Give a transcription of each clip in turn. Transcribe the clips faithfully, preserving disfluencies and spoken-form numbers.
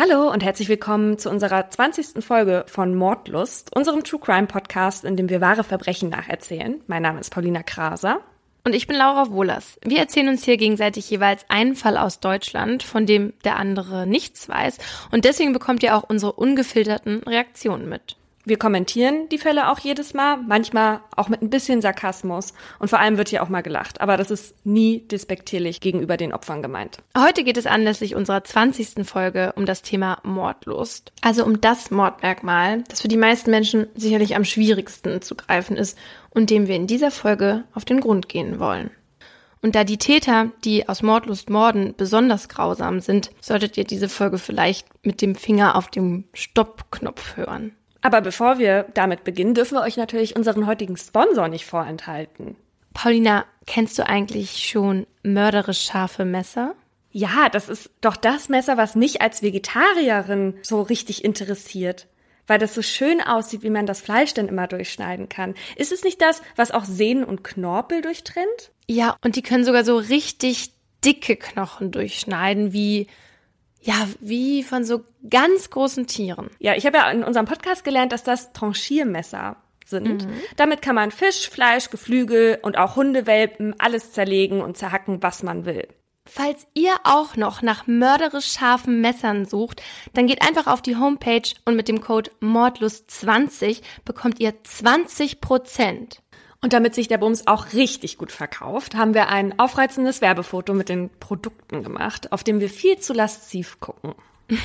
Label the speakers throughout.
Speaker 1: Hallo und herzlich willkommen zu unserer zwanzigsten Folge von Mordlust, unserem True Crime Podcast, in dem wir wahre Verbrechen nacherzählen. Mein Name ist Paulina Kraser.
Speaker 2: Und ich bin Laura Wohlers. Wir erzählen uns hier gegenseitig jeweils einen Fall aus Deutschland, von dem der andere nichts weiß. Und deswegen bekommt ihr auch unsere ungefilterten Reaktionen mit.
Speaker 1: Wir kommentieren die Fälle auch jedes Mal, manchmal auch mit ein bisschen Sarkasmus. Und vor allem wird hier auch mal gelacht. Aber das ist nie despektierlich gegenüber den Opfern gemeint.
Speaker 2: Heute geht es anlässlich unserer zwanzigsten Folge um das Thema Mordlust. Also um das Mordmerkmal, das für die meisten Menschen sicherlich am schwierigsten zu greifen ist und dem wir in dieser Folge auf den Grund gehen wollen. Und da die Täter, die aus Mordlust morden, besonders grausam sind, solltet ihr diese Folge vielleicht mit dem Finger auf dem Stopp-Knopf hören.
Speaker 1: Aber bevor wir damit beginnen, dürfen wir euch natürlich unseren heutigen Sponsor nicht vorenthalten.
Speaker 2: Paulina, kennst du eigentlich schon mörderisch scharfe Messer?
Speaker 1: Ja, das ist doch das Messer, was mich als Vegetarierin so richtig interessiert. Weil das so schön aussieht, wie man das Fleisch dann immer durchschneiden kann. Ist es nicht das, was auch Sehnen und Knorpel durchtrennt?
Speaker 2: Ja, und die können sogar so richtig dicke Knochen durchschneiden, wie... Ja, wie von so ganz großen Tieren.
Speaker 1: Ja, ich habe ja in unserem Podcast gelernt, dass das Tranchiermesser sind. Mhm. Damit kann man Fisch, Fleisch, Geflügel und auch Hundewelpen alles zerlegen und zerhacken, was man will.
Speaker 2: Falls ihr auch noch nach mörderisch scharfen Messern sucht, dann geht einfach auf die Homepage und mit dem Code Mordlust zwanzig bekommt ihr zwanzig Prozent.
Speaker 1: Und damit sich der Bums auch richtig gut verkauft, haben wir ein aufreizendes Werbefoto mit den Produkten gemacht, auf dem wir viel zu lasziv gucken.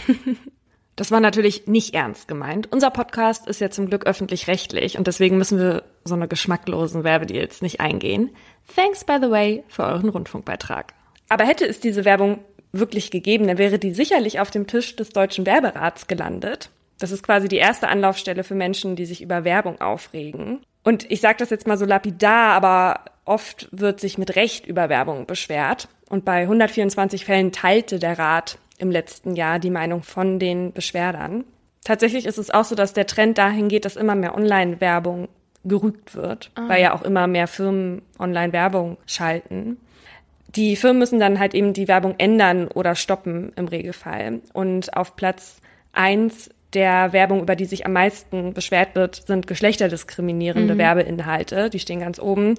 Speaker 1: Das war natürlich nicht ernst gemeint. Unser Podcast ist ja zum Glück öffentlich-rechtlich und deswegen müssen wir so eine geschmacklosen Werbedeals nicht eingehen. Thanks, by the way, für euren Rundfunkbeitrag. Aber hätte es diese Werbung wirklich gegeben, dann wäre die sicherlich auf dem Tisch des Deutschen Werberats gelandet. Das ist quasi die erste Anlaufstelle für Menschen, die sich über Werbung aufregen. Und ich sage das jetzt mal so lapidar, aber oft wird sich mit Recht über Werbung beschwert. Und bei hundertvierundzwanzig Fällen teilte der Rat im letzten Jahr die Meinung von den Beschwerdern. Tatsächlich ist es auch so, dass der Trend dahin geht, dass immer mehr Online-Werbung gerügt wird, ah. weil ja auch immer mehr Firmen Online-Werbung schalten. Die Firmen müssen dann halt eben die Werbung ändern oder stoppen im Regelfall. Und auf Platz eins der Werbung, über die sich am meisten beschwert wird, sind geschlechterdiskriminierende mhm. Werbeinhalte. Die stehen ganz oben.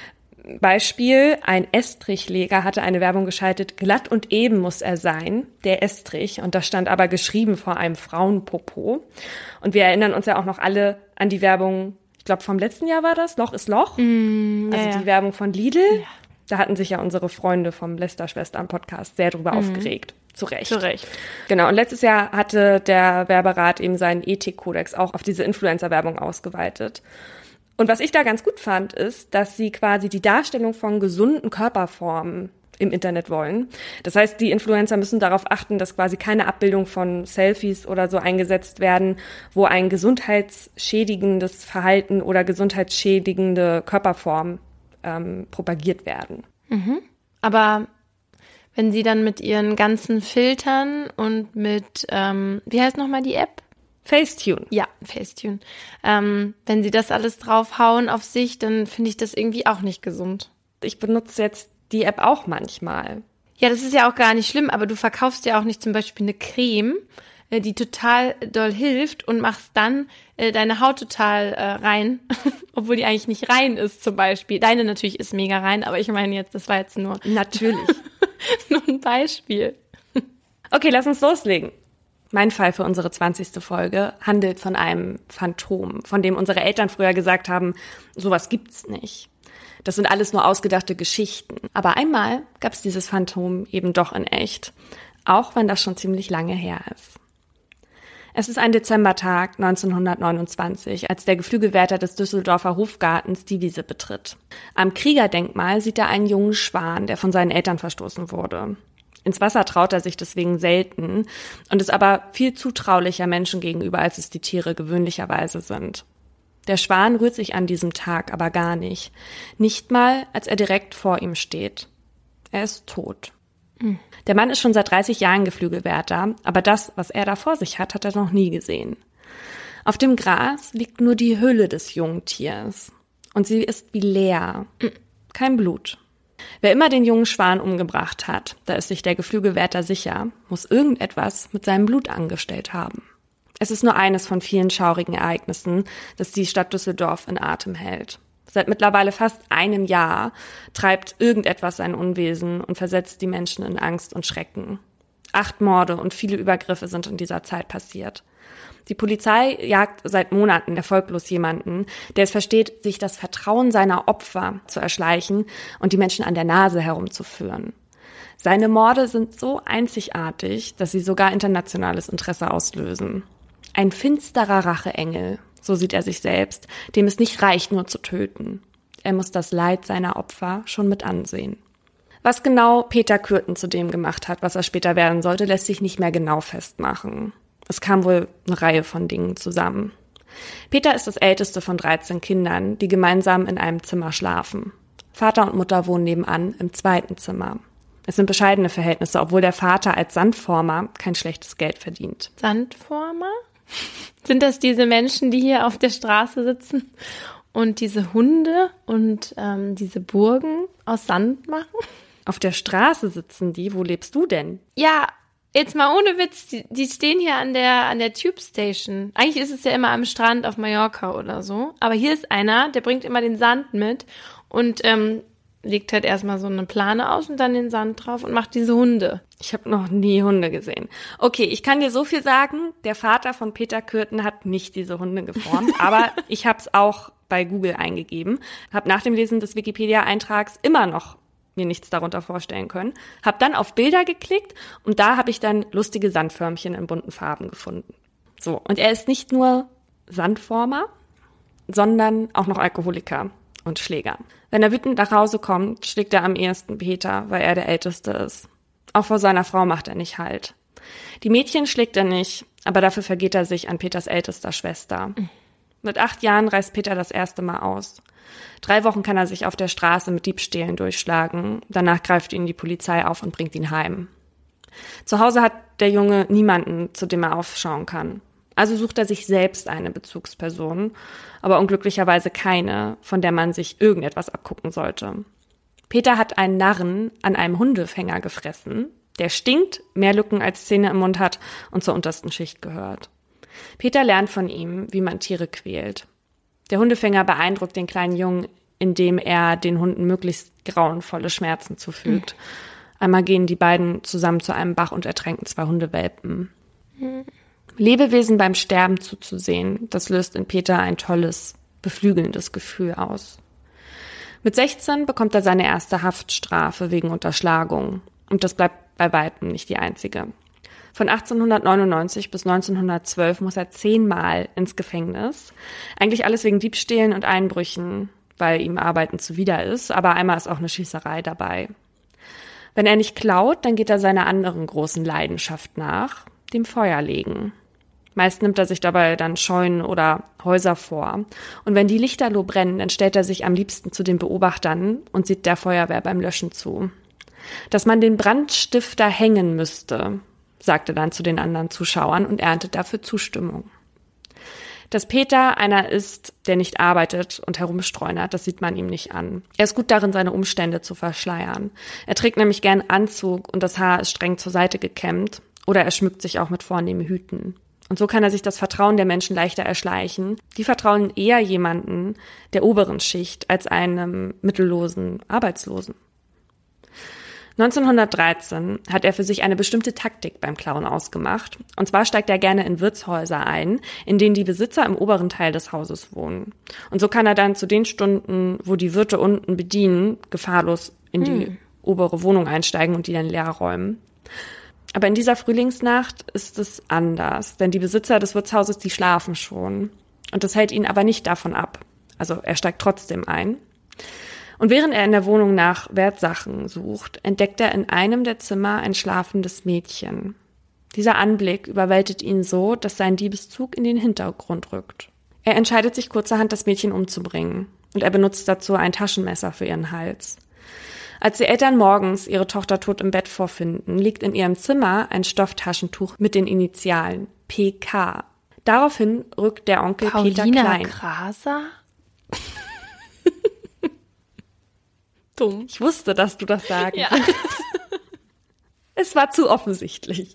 Speaker 1: Beispiel, ein Estrichleger hatte eine Werbung geschaltet, glatt und eben muss er sein, der Estrich. Und da stand aber geschrieben vor einem Frauenpopo. Und wir erinnern uns ja auch noch alle an die Werbung, ich glaube vom letzten Jahr war das, Loch ist Loch.
Speaker 2: Mm,
Speaker 1: also
Speaker 2: ja,
Speaker 1: die Werbung von Lidl.
Speaker 2: Ja.
Speaker 1: Da hatten sich ja unsere Freunde vom Lästerschwestern-Podcast sehr drüber mhm. aufgeregt. Zu Recht.
Speaker 2: Zu Recht.
Speaker 1: Genau, und letztes Jahr hatte der Werberat eben seinen Ethikkodex auch auf diese Influencer-Werbung ausgeweitet. Und was ich da ganz gut fand, ist, dass sie quasi die Darstellung von gesunden Körperformen im Internet wollen. Das heißt, die Influencer müssen darauf achten, dass quasi keine Abbildung von Selfies oder so eingesetzt werden, wo ein gesundheitsschädigendes Verhalten oder gesundheitsschädigende Körperformen ähm, propagiert werden.
Speaker 2: Mhm. Aber wenn sie dann mit ihren ganzen Filtern und mit, ähm, wie heißt nochmal die App?
Speaker 1: Facetune.
Speaker 2: Ja, Facetune. Ähm, wenn sie das alles draufhauen auf sich, dann finde ich das irgendwie auch nicht gesund.
Speaker 1: Ich benutze jetzt die App auch manchmal.
Speaker 2: Ja, das ist ja auch gar nicht schlimm, aber du verkaufst ja auch nicht zum Beispiel eine Creme, äh, die total doll hilft und machst dann äh, deine Haut total äh, rein, obwohl die eigentlich nicht rein ist zum Beispiel. Deine natürlich ist mega rein, aber ich meine jetzt, das war jetzt nur...
Speaker 1: Natürlich.
Speaker 2: Nur ein Beispiel.
Speaker 1: Okay, lass uns loslegen. Mein Fall für unsere zwanzigste Folge handelt von einem Phantom, von dem unsere Eltern früher gesagt haben, sowas gibt's nicht. Das sind alles nur ausgedachte Geschichten. Aber einmal gab es dieses Phantom eben doch in echt, auch wenn das schon ziemlich lange her ist. Es ist ein Dezembertag neunzehnhundertneunundzwanzig, als der Geflügelwärter des Düsseldorfer Hofgartens die Wiese betritt. Am Kriegerdenkmal sieht er einen jungen Schwan, der von seinen Eltern verstoßen wurde. Ins Wasser traut er sich deswegen selten und ist aber viel zutraulicher Menschen gegenüber, als es die Tiere gewöhnlicherweise sind. Der Schwan rührt sich an diesem Tag aber gar nicht. Nicht mal, als er direkt vor ihm steht. Er ist tot. Mhm. Der Mann ist schon seit dreißig Jahren Geflügelwärter, aber das, was er da vor sich hat, hat er noch nie gesehen. Auf dem Gras liegt nur die Hülle des jungen Tiers. Und sie ist wie leer. Mhm. Kein Blut. Wer immer den jungen Schwan umgebracht hat, da ist sich der Geflügelwärter sicher, muss irgendetwas mit seinem Blut angestellt haben. Es ist nur eines von vielen schaurigen Ereignissen, das die Stadt Düsseldorf in Atem hält. Seit mittlerweile fast einem Jahr treibt irgendetwas sein Unwesen und versetzt die Menschen in Angst und Schrecken. Acht Morde und viele Übergriffe sind in dieser Zeit passiert. Die Polizei jagt seit Monaten erfolglos jemanden, der es versteht, sich das Vertrauen seiner Opfer zu erschleichen und die Menschen an der Nase herumzuführen. Seine Morde sind so einzigartig, dass sie sogar internationales Interesse auslösen. Ein finsterer Racheengel, so sieht er sich selbst, dem es nicht reicht, nur zu töten. Er muss das Leid seiner Opfer schon mit ansehen. Was genau Peter Kürten zu dem gemacht hat, was er später werden sollte, lässt sich nicht mehr genau festmachen. Es kam wohl eine Reihe von Dingen zusammen. Peter ist das älteste von dreizehn Kindern, die gemeinsam in einem Zimmer schlafen. Vater und Mutter wohnen nebenan im zweiten Zimmer. Es sind bescheidene Verhältnisse, obwohl der Vater als Sandformer kein schlechtes Geld verdient.
Speaker 2: Sandformer? Sind das diese Menschen, die hier auf der Straße sitzen und diese Hunde und ähm, diese Burgen aus Sand machen?
Speaker 1: Auf der Straße sitzen die? Wo lebst du denn?
Speaker 2: Ja, jetzt mal ohne Witz, die, die stehen hier an der an der Tube Station. Eigentlich ist es ja immer am Strand auf Mallorca oder so. Aber hier ist einer, der bringt immer den Sand mit und ähm, legt halt erstmal so eine Plane aus und dann den Sand drauf und macht diese Hunde.
Speaker 1: Ich habe noch nie Hunde gesehen. Okay, ich kann dir so viel sagen, der Vater von Peter Kürten hat nicht diese Hunde geformt, aber ich habe es auch bei Google eingegeben, habe nach dem Lesen des Wikipedia-Eintrags immer noch mir nichts darunter vorstellen können, habe dann auf Bilder geklickt und da habe ich dann lustige Sandförmchen in bunten Farben gefunden. So, und er ist nicht nur Sandformer, sondern auch noch Alkoholiker und Schläger. Wenn er wütend nach Hause kommt, schlägt er am ehesten Peter, weil er der Älteste ist. Auch vor seiner Frau macht er nicht Halt. Die Mädchen schlägt er nicht, aber dafür vergeht er sich an Peters ältester Schwester. Mhm. Mit acht Jahren reist Peter das erste Mal aus. Drei Wochen kann er sich auf der Straße mit Diebstählen durchschlagen. Danach greift ihn die Polizei auf und bringt ihn heim. Zu Hause hat der Junge niemanden, zu dem er aufschauen kann. Also sucht er sich selbst eine Bezugsperson, aber unglücklicherweise keine, von der man sich irgendetwas abgucken sollte. Peter hat einen Narren an einem Hundefänger gefressen, der stinkt, mehr Lücken als Zähne im Mund hat und zur untersten Schicht gehört. Peter lernt von ihm, wie man Tiere quält. Der Hundefänger beeindruckt den kleinen Jungen, indem er den Hunden möglichst grauenvolle Schmerzen zufügt. Mhm. Einmal gehen die beiden zusammen zu einem Bach und ertränken zwei Hundewelpen. Mhm. Lebewesen beim Sterben zuzusehen, das löst in Peter ein tolles, beflügelndes Gefühl aus. Mit sechzehn bekommt er seine erste Haftstrafe wegen Unterschlagung. Und das bleibt bei weitem nicht die einzige. Von achtzehnhundertneunundneunzig bis neunzehnhundertzwölf muss er zehnmal ins Gefängnis. Eigentlich alles wegen Diebstählen und Einbrüchen, weil ihm Arbeiten zuwider ist, aber einmal ist auch eine Schießerei dabei. Wenn er nicht klaut, dann geht er seiner anderen großen Leidenschaft nach, dem Feuerlegen. Meist nimmt er sich dabei dann Scheunen oder Häuser vor. Und wenn die Lichterloh brennen, dann stellt er sich am liebsten zu den Beobachtern und sieht der Feuerwehr beim Löschen zu. Dass man den Brandstifter hängen müsste, sagt er dann zu den anderen Zuschauern und erntet dafür Zustimmung. Dass Peter einer ist, der nicht arbeitet und herumstreunert, das sieht man ihm nicht an. Er ist gut darin, seine Umstände zu verschleiern. Er trägt nämlich gern Anzug und das Haar ist streng zur Seite gekämmt oder er schmückt sich auch mit vornehmen Hüten. Und so kann er sich das Vertrauen der Menschen leichter erschleichen. Die vertrauen eher jemanden der oberen Schicht als einem mittellosen Arbeitslosen. neunzehnhundertdreizehn hat er für sich eine bestimmte Taktik beim Klauen ausgemacht. Und zwar steigt er gerne in Wirtshäuser ein, in denen die Besitzer im oberen Teil des Hauses wohnen. Und so kann er dann zu den Stunden, wo die Wirte unten bedienen, gefahrlos in die hm. obere Wohnung einsteigen und die dann leer räumen. Aber in dieser Frühlingsnacht ist es anders, denn die Besitzer des Wirtshauses, die schlafen schon. Und das hält ihn aber nicht davon ab. Also er steigt trotzdem ein. Und während er in der Wohnung nach Wertsachen sucht, entdeckt er in einem der Zimmer ein schlafendes Mädchen. Dieser Anblick überwältigt ihn so, dass sein Diebeszug in den Hintergrund rückt. Er entscheidet sich kurzerhand, das Mädchen umzubringen. Und er benutzt dazu ein Taschenmesser für ihren Hals. Als die Eltern morgens ihre Tochter tot im Bett vorfinden, liegt in ihrem Zimmer ein Stofftaschentuch mit den Initialen P K. Daraufhin rückt der Onkel
Speaker 2: Paulina
Speaker 1: Peter Klein.
Speaker 2: Kraser? Dumm.
Speaker 1: Ich wusste, dass du das sagen
Speaker 2: Ja.
Speaker 1: würdest. Es war zu offensichtlich.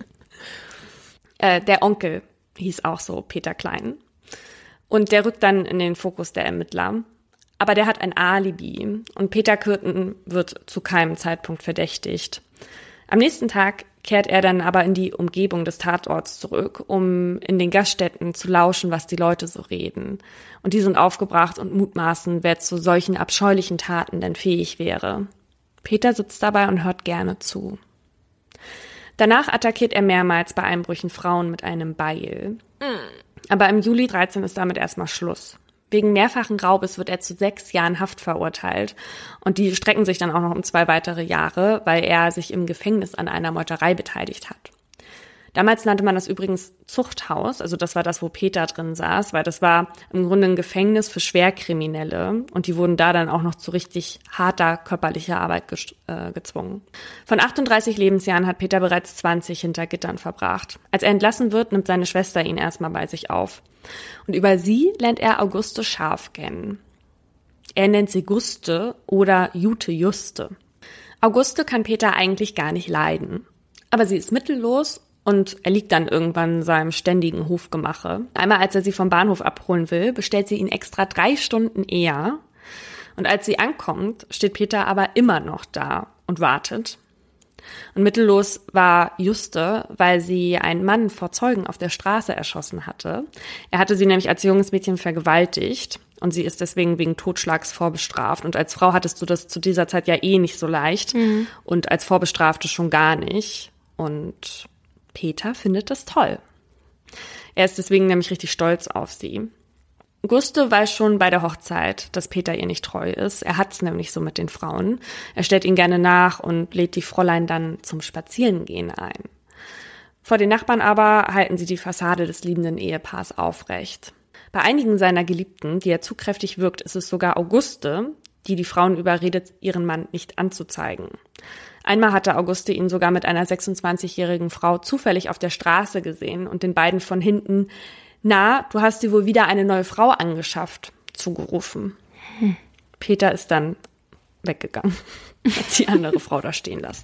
Speaker 1: Äh, der Onkel hieß auch so, Peter Klein. Und der rückt dann in den Fokus der Ermittler. Aber der hat ein Alibi und Peter Kürten wird zu keinem Zeitpunkt verdächtigt. Am nächsten Tag kehrt er dann aber in die Umgebung des Tatorts zurück, um in den Gaststätten zu lauschen, was die Leute so reden. Und die sind aufgebracht und mutmaßen, wer zu solchen abscheulichen Taten denn fähig wäre. Peter sitzt dabei und hört gerne zu. Danach attackiert er mehrmals bei Einbrüchen Frauen mit einem Beil. Aber im Juli dreizehn ist damit erstmal Schluss. Wegen mehrfachen Raubes wird er zu sechs Jahren Haft verurteilt. Und die strecken sich dann auch noch um zwei weitere Jahre, weil er sich im Gefängnis an einer Meuterei beteiligt hat. Damals nannte man das übrigens Zuchthaus, also das war das, wo Peter drin saß, weil das war im Grunde ein Gefängnis für Schwerkriminelle und die wurden da dann auch noch zu richtig harter körperlicher Arbeit ge- äh, gezwungen. Von achtunddreißig Lebensjahren hat Peter bereits zwanzig hinter Gittern verbracht. Als er entlassen wird, nimmt seine Schwester ihn erstmal bei sich auf. Und über sie lernt er Auguste Scharf kennen. Er nennt sie Guste oder Jute Juste. Auguste kann Peter eigentlich gar nicht leiden. Aber sie ist mittellos und er liegt dann irgendwann seinem ständigen Hofgemache. Einmal, als er sie vom Bahnhof abholen will, bestellt sie ihn extra drei Stunden eher. Und als sie ankommt, steht Peter aber immer noch da und wartet. Und mittellos war Juste, weil sie einen Mann vor Zeugen auf der Straße erschossen hatte. Er hatte sie nämlich als junges Mädchen vergewaltigt und sie ist deswegen wegen Totschlags vorbestraft. Und als Frau hattest du das zu dieser Zeit ja eh nicht so leicht mhm. und als Vorbestrafte schon gar nicht. Und Peter findet das toll. Er ist deswegen nämlich richtig stolz auf sie. Guste weiß schon bei der Hochzeit, dass Peter ihr nicht treu ist. Er hat's nämlich so mit den Frauen. Er stellt ihn gerne nach und lädt die Fräulein dann zum Spazierengehen ein. Vor den Nachbarn aber halten sie die Fassade des liebenden Ehepaars aufrecht. Bei einigen seiner Geliebten, die er zu kräftig wirkt, ist es sogar Auguste, die die Frauen überredet, ihren Mann nicht anzuzeigen. Einmal hatte Auguste ihn sogar mit einer sechsundzwanzigjährigen Frau zufällig auf der Straße gesehen und den beiden von hinten: Na, du hast dir wohl wieder eine neue Frau angeschafft, zugerufen. Hm. Peter ist dann weggegangen, hat die andere Frau da stehen lassen.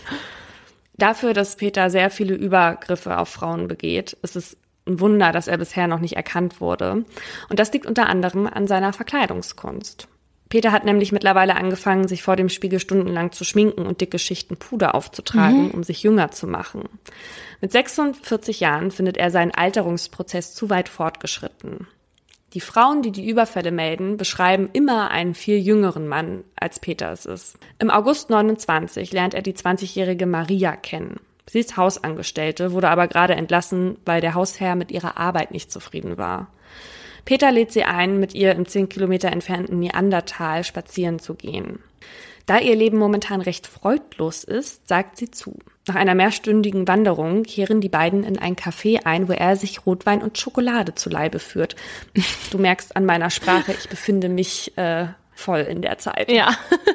Speaker 1: Dafür, dass Peter sehr viele Übergriffe auf Frauen begeht, ist es ein Wunder, dass er bisher noch nicht erkannt wurde. Und das liegt unter anderem an seiner Verkleidungskunst. Peter hat nämlich mittlerweile angefangen, sich vor dem Spiegel stundenlang zu schminken und dicke Schichten Puder aufzutragen, mhm. um sich jünger zu machen. Mit sechsundvierzig Jahren findet er seinen Alterungsprozess zu weit fortgeschritten. Die Frauen, die die Überfälle melden, beschreiben immer einen viel jüngeren Mann, als Peter es ist. Im August neunundzwanzig lernt er die zwanzigjährige Maria kennen. Sie ist Hausangestellte, wurde aber gerade entlassen, weil der Hausherr mit ihrer Arbeit nicht zufrieden war. Peter lädt sie ein, mit ihr im zehn Kilometer entfernten Neandertal spazieren zu gehen. Da ihr Leben momentan recht freudlos ist, sagt sie zu. Nach einer mehrstündigen Wanderung kehren die beiden in ein Café ein, wo er sich Rotwein und Schokolade zu Leibe führt. Du merkst an meiner Sprache, ich befinde mich äh, voll in der Zeit.
Speaker 2: Ja.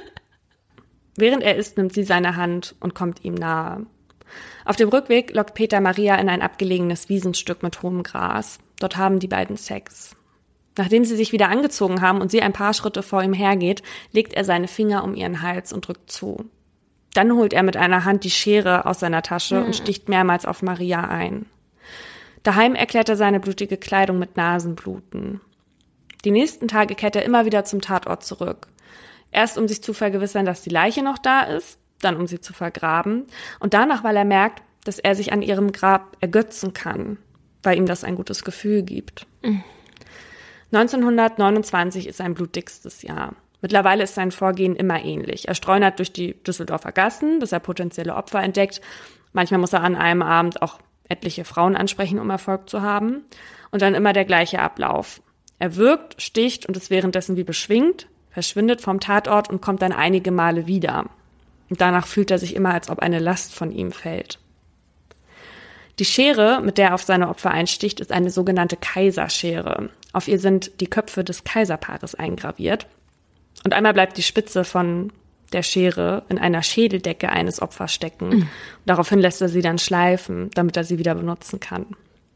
Speaker 1: Während er isst, nimmt sie seine Hand und kommt ihm nahe. Auf dem Rückweg lockt Peter Maria in ein abgelegenes Wiesenstück mit hohem Gras. Dort haben die beiden Sex. Nachdem sie sich wieder angezogen haben und sie ein paar Schritte vor ihm hergeht, legt er seine Finger um ihren Hals und drückt zu. Dann holt er mit einer Hand die Schere aus seiner Tasche mhm. und sticht mehrmals auf Maria ein. Daheim erklärt er seine blutige Kleidung mit Nasenbluten. Die nächsten Tage kehrt er immer wieder zum Tatort zurück. Erst um sich zu vergewissern, dass die Leiche noch da ist, dann um sie zu vergraben und danach, weil er merkt, dass er sich an ihrem Grab ergötzen kann, weil ihm das ein gutes Gefühl gibt. Mhm. neunzehnhundertneunundzwanzig ist sein blutdickstes Jahr. Mittlerweile ist sein Vorgehen immer ähnlich. Er streunert durch die Düsseldorfer Gassen, bis er potenzielle Opfer entdeckt. Manchmal muss er an einem Abend auch etliche Frauen ansprechen, um Erfolg zu haben. Und dann immer der gleiche Ablauf. Er wirkt, sticht und ist währenddessen wie beschwingt, verschwindet vom Tatort und kommt dann einige Male wieder. Und danach fühlt er sich immer, als ob eine Last von ihm fällt. Die Schere, mit der er auf seine Opfer einsticht, ist eine sogenannte Kaiserschere. Auf ihr sind die Köpfe des Kaiserpaares eingraviert. Und einmal bleibt die Spitze von der Schere in einer Schädeldecke eines Opfers stecken. Mhm. Daraufhin lässt er sie dann schleifen, damit er sie wieder benutzen kann.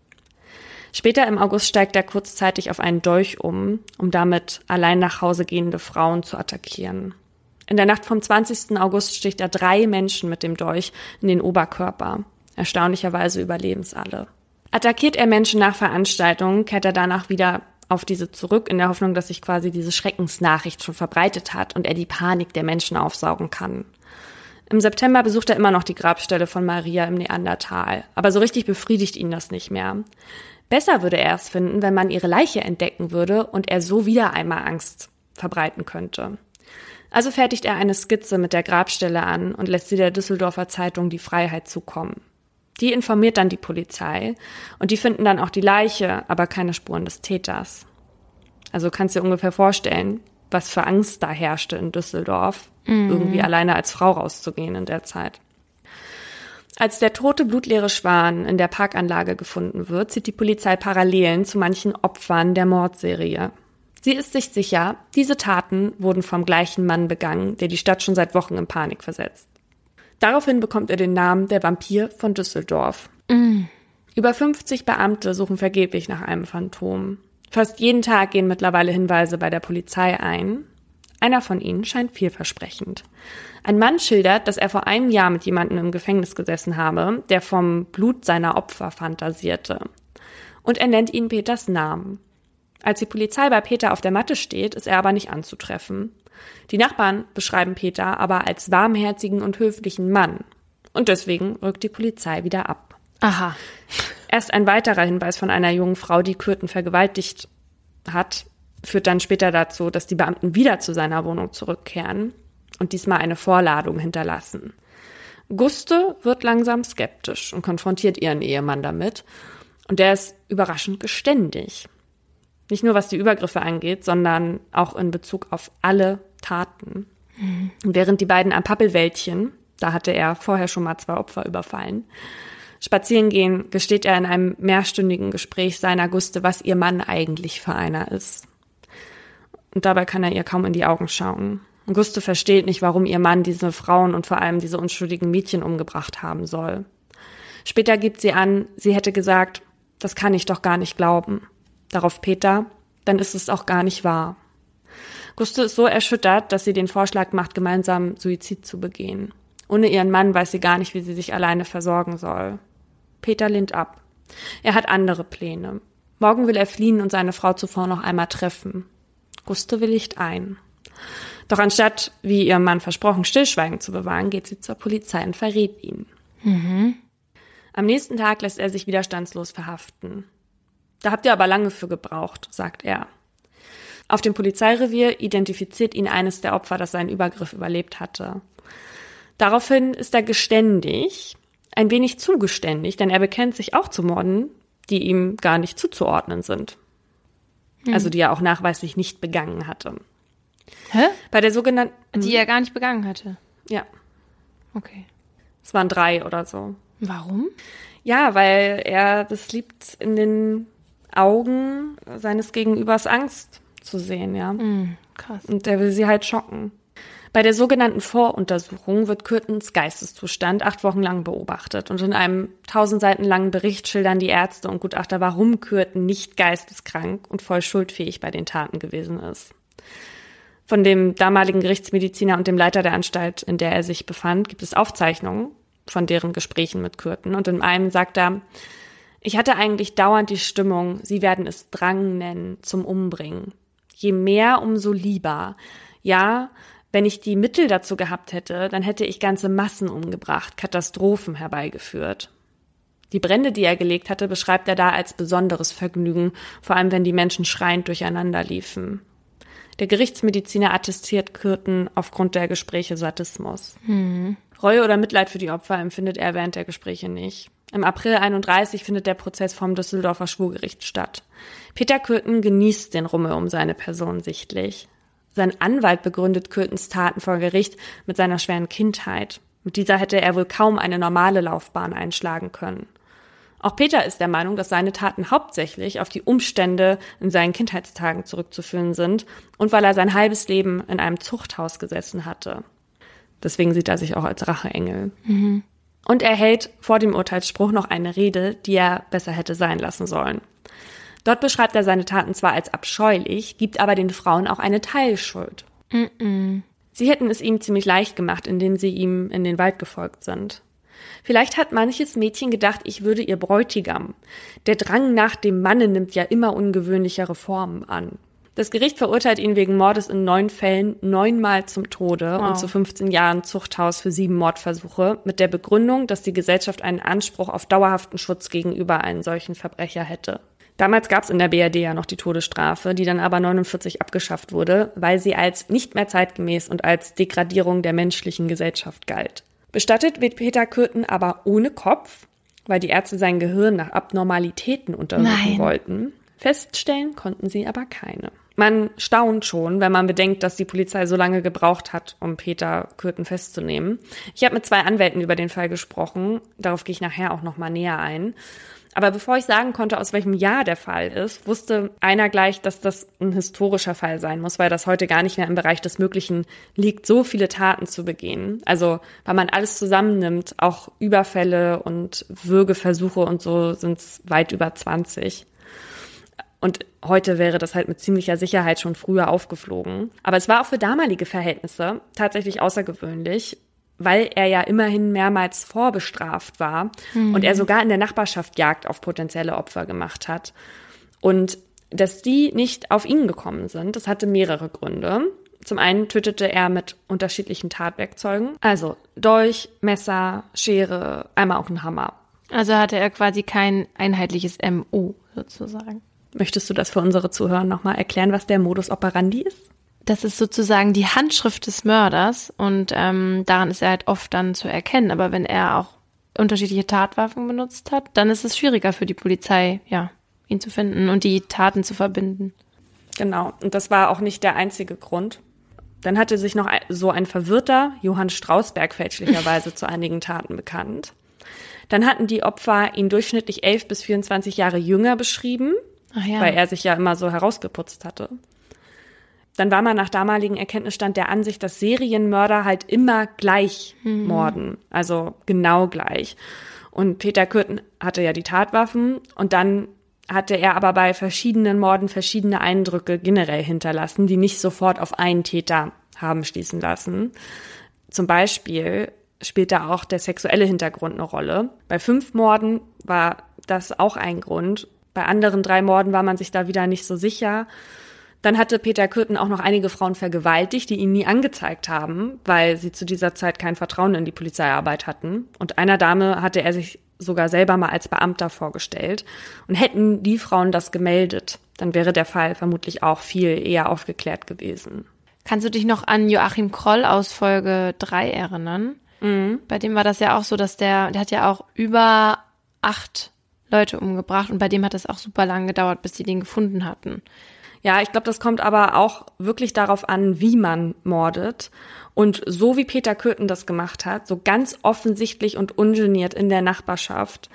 Speaker 1: Später im August steigt er kurzzeitig auf einen Dolch um, um damit allein nach Hause gehende Frauen zu attackieren. In der Nacht vom zwanzigsten August sticht er drei Menschen mit dem Dolch in den Oberkörper. Erstaunlicherweise überleben es alle. Attackiert er Menschen nach Veranstaltungen, kehrt er danach wieder auf diese zurück, in der Hoffnung, dass sich quasi diese Schreckensnachricht schon verbreitet hat und er die Panik der Menschen aufsaugen kann. Im September besucht er immer noch die Grabstelle von Maria im Neandertal, aber so richtig befriedigt ihn das nicht mehr. Besser würde er es finden, wenn man ihre Leiche entdecken würde und er so wieder einmal Angst verbreiten könnte. Also fertigt er eine Skizze mit der Grabstelle an und lässt sie der Düsseldorfer Zeitung Die Freiheit zukommen. Die informiert dann die Polizei und die finden dann auch die Leiche, aber keine Spuren des Täters. Also kannst du dir ungefähr vorstellen, was für Angst da herrschte in Düsseldorf, mhm. irgendwie alleine als Frau rauszugehen in der Zeit. Als der tote, blutleere Schwan in der Parkanlage gefunden wird, zieht die Polizei Parallelen zu manchen Opfern der Mordserie. Sie ist sich sicher, diese Taten wurden vom gleichen Mann begangen, der die Stadt schon seit Wochen in Panik versetzt. Daraufhin bekommt er den Namen der Vampir von Düsseldorf. Mm. Über fünfzig Beamte suchen vergeblich nach einem Phantom. Fast jeden Tag gehen mittlerweile Hinweise bei der Polizei ein. Einer von ihnen scheint vielversprechend. Ein Mann schildert, dass er vor einem Jahr mit jemandem im Gefängnis gesessen habe, der vom Blut seiner Opfer fantasierte. Und er nennt ihn Peters Namen. Als die Polizei bei Peter auf der Matte steht, ist er aber nicht anzutreffen. Die Nachbarn beschreiben Peter aber als warmherzigen und höflichen Mann. Und deswegen rückt die Polizei wieder ab.
Speaker 2: Aha.
Speaker 1: Erst ein weiterer Hinweis von einer jungen Frau, die Kürten vergewaltigt hat, führt dann später dazu, dass die Beamten wieder zu seiner Wohnung zurückkehren und diesmal eine Vorladung hinterlassen. Guste wird langsam skeptisch und konfrontiert ihren Ehemann damit. Und der ist überraschend geständig. Nicht nur was die Übergriffe angeht, sondern auch in Bezug auf alle Taten. Mhm. Während die beiden am Pappelwäldchen, da hatte er vorher schon mal zwei Opfer überfallen, spazieren gehen, gesteht er in einem mehrstündigen Gespräch seiner Guste, was ihr Mann eigentlich für einer ist. Und dabei kann er ihr kaum in die Augen schauen. Guste versteht nicht, warum ihr Mann diese Frauen und vor allem diese unschuldigen Mädchen umgebracht haben soll. Später gibt sie an, sie hätte gesagt, das kann ich doch gar nicht glauben. Darauf Peter, dann ist es auch gar nicht wahr. Guste ist so erschüttert, dass sie den Vorschlag macht, gemeinsam Suizid zu begehen. Ohne ihren Mann weiß sie gar nicht, wie sie sich alleine versorgen soll. Peter lehnt ab. Er hat andere Pläne. Morgen will er fliehen und seine Frau zuvor noch einmal treffen. Guste willigt ein. Doch anstatt, wie ihrem Mann versprochen, Stillschweigen zu bewahren, geht sie zur Polizei und verrät ihn. Mhm. Am nächsten Tag lässt er sich widerstandslos verhaften. Da habt ihr aber lange für gebraucht, sagt er. Auf dem Polizeirevier identifiziert ihn eines der Opfer, das seinen Übergriff überlebt hatte. Daraufhin ist er geständig, ein wenig zu geständig, denn er bekennt sich auch zu Morden, die ihm gar nicht zuzuordnen sind. Hm. Also die er auch nachweislich nicht begangen hatte.
Speaker 2: Hä?
Speaker 1: Bei der sogenannten...
Speaker 2: Die er gar nicht begangen hatte?
Speaker 1: Ja.
Speaker 2: Okay.
Speaker 1: Es waren drei oder so.
Speaker 2: Warum?
Speaker 1: Ja, weil er das liebt, in den Augen seines Gegenübers Angst zu sehen, ja.
Speaker 2: Mm, krass.
Speaker 1: Und der will sie halt schocken. Bei der sogenannten Voruntersuchung wird Kürtens Geisteszustand acht Wochen lang beobachtet. Und in einem tausend Seiten langen Bericht schildern die Ärzte und Gutachter, warum Kürten nicht geisteskrank und voll schuldfähig bei den Taten gewesen ist. Von dem damaligen Gerichtsmediziner und dem Leiter der Anstalt, in der er sich befand, gibt es Aufzeichnungen von deren Gesprächen mit Kürten. Und in einem sagt er, ich hatte eigentlich dauernd die Stimmung, sie werden es Drang nennen, zum Umbringen. Je mehr, umso lieber. Ja, wenn ich die Mittel dazu gehabt hätte, dann hätte ich ganze Massen umgebracht, Katastrophen herbeigeführt. Die Brände, die er gelegt hatte, beschreibt er da als besonderes Vergnügen, vor allem wenn die Menschen schreiend durcheinander liefen. Der Gerichtsmediziner attestiert Kürten aufgrund der Gespräche Sadismus. Mhm. Reue oder Mitleid für die Opfer empfindet er während der Gespräche nicht. Im April einunddreißig findet der Prozess vom Düsseldorfer Schwurgericht statt. Peter Kürten genießt den Rummel um seine Person sichtlich. Sein Anwalt begründet Kürtens Taten vor Gericht mit seiner schweren Kindheit. Mit dieser hätte er wohl kaum eine normale Laufbahn einschlagen können. Auch Peter ist der Meinung, dass seine Taten hauptsächlich auf die Umstände in seinen Kindheitstagen zurückzuführen sind und weil er sein halbes Leben in einem Zuchthaus gesessen hatte. Deswegen sieht er sich auch als Racheengel. Mhm. Und er hält vor dem Urteilsspruch noch eine Rede, die er besser hätte sein lassen sollen. Dort beschreibt er seine Taten zwar als abscheulich, gibt aber den Frauen auch eine Teilschuld. Mhm. Sie hätten es ihm ziemlich leicht gemacht, indem sie ihm in den Wald gefolgt sind. Vielleicht hat manches Mädchen gedacht, ich würde ihr Bräutigam. Der Drang nach dem Manne nimmt ja immer ungewöhnlichere Formen an. Das Gericht verurteilt ihn wegen Mordes in neun Fällen neunmal zum Tode wow. und zu fünfzehn Jahren Zuchthaus für sieben Mordversuche mit der Begründung, dass die Gesellschaft einen Anspruch auf dauerhaften Schutz gegenüber einen solchen Verbrecher hätte. Damals gab es in der B R D ja noch die Todesstrafe, die dann aber neunundvierzig abgeschafft wurde, weil sie als nicht mehr zeitgemäß und als Degradierung der menschlichen Gesellschaft galt. Bestattet wird Peter Kürten aber ohne Kopf, weil die Ärzte sein Gehirn nach Abnormalitäten untersuchen Nein. wollten. Feststellen konnten sie aber keine. Man staunt schon, wenn man bedenkt, dass die Polizei so lange gebraucht hat, um Peter Kürten festzunehmen. Ich habe mit zwei Anwälten über den Fall gesprochen. Darauf gehe ich nachher auch noch mal näher ein. Aber bevor ich sagen konnte, aus welchem Jahr der Fall ist, wusste einer gleich, dass das ein historischer Fall sein muss, weil das heute gar nicht mehr im Bereich des Möglichen liegt, so viele Taten zu begehen. Also, weil man alles zusammennimmt, auch Überfälle und Würgeversuche und so sind es weit über zwanzig. Und heute wäre das halt mit ziemlicher Sicherheit schon früher aufgeflogen. Aber es war auch für damalige Verhältnisse tatsächlich außergewöhnlich, weil er ja immerhin mehrmals vorbestraft war mhm. und er sogar in der Nachbarschaft Jagd auf potenzielle Opfer gemacht hat. Und dass die nicht auf ihn gekommen sind, das hatte mehrere Gründe. Zum einen tötete er mit unterschiedlichen Tatwerkzeugen, also Dolch, Messer, Schere, einmal auch ein Hammer.
Speaker 2: Also hatte er quasi kein einheitliches M O sozusagen.
Speaker 1: Möchtest du das für unsere Zuhörer nochmal erklären, was der Modus operandi ist?
Speaker 2: Das ist sozusagen die Handschrift des Mörders und ähm, daran ist er halt oft dann zu erkennen. Aber wenn er auch unterschiedliche Tatwaffen benutzt hat, dann ist es schwieriger für die Polizei, ja, ihn zu finden und die Taten zu verbinden.
Speaker 1: Genau, und das war auch nicht der einzige Grund. Dann hatte sich noch so ein verwirrter Johann Strausberg fälschlicherweise zu einigen Taten bekannt. Dann hatten die Opfer ihn durchschnittlich elf bis vierundzwanzig Jahre jünger beschrieben, Ach ja. weil er sich ja immer so herausgeputzt hatte. Dann war man nach damaligem Erkenntnisstand der Ansicht, dass Serienmörder halt immer gleich mhm. morden, also genau gleich. Und Peter Kürten hatte ja die Tatwaffen und dann hatte er aber bei verschiedenen Morden verschiedene Eindrücke generell hinterlassen, die nicht sofort auf einen Täter haben schließen lassen. Zum Beispiel spielt da auch der sexuelle Hintergrund eine Rolle. Bei fünf Morden war das auch ein Grund. Bei anderen drei Morden war man sich da wieder nicht so sicher. Dann hatte Peter Kürten auch noch einige Frauen vergewaltigt, die ihn nie angezeigt haben, weil sie zu dieser Zeit kein Vertrauen in die Polizeiarbeit hatten. Und einer Dame hatte er sich sogar selber mal als Beamter vorgestellt. Und hätten die Frauen das gemeldet, dann wäre der Fall vermutlich auch viel eher aufgeklärt gewesen.
Speaker 2: Kannst du dich noch an Joachim Kroll aus Folge drei erinnern? Mhm. Bei dem war das ja auch so, dass der, der hat ja auch über acht Leute umgebracht und bei dem hat es auch super lang gedauert, bis die den gefunden hatten.
Speaker 1: Ja, ich glaube, das kommt aber auch wirklich darauf an, wie man mordet. Und so wie Peter Kürten das gemacht hat, so ganz offensichtlich und ungeniert in der Nachbarschaft,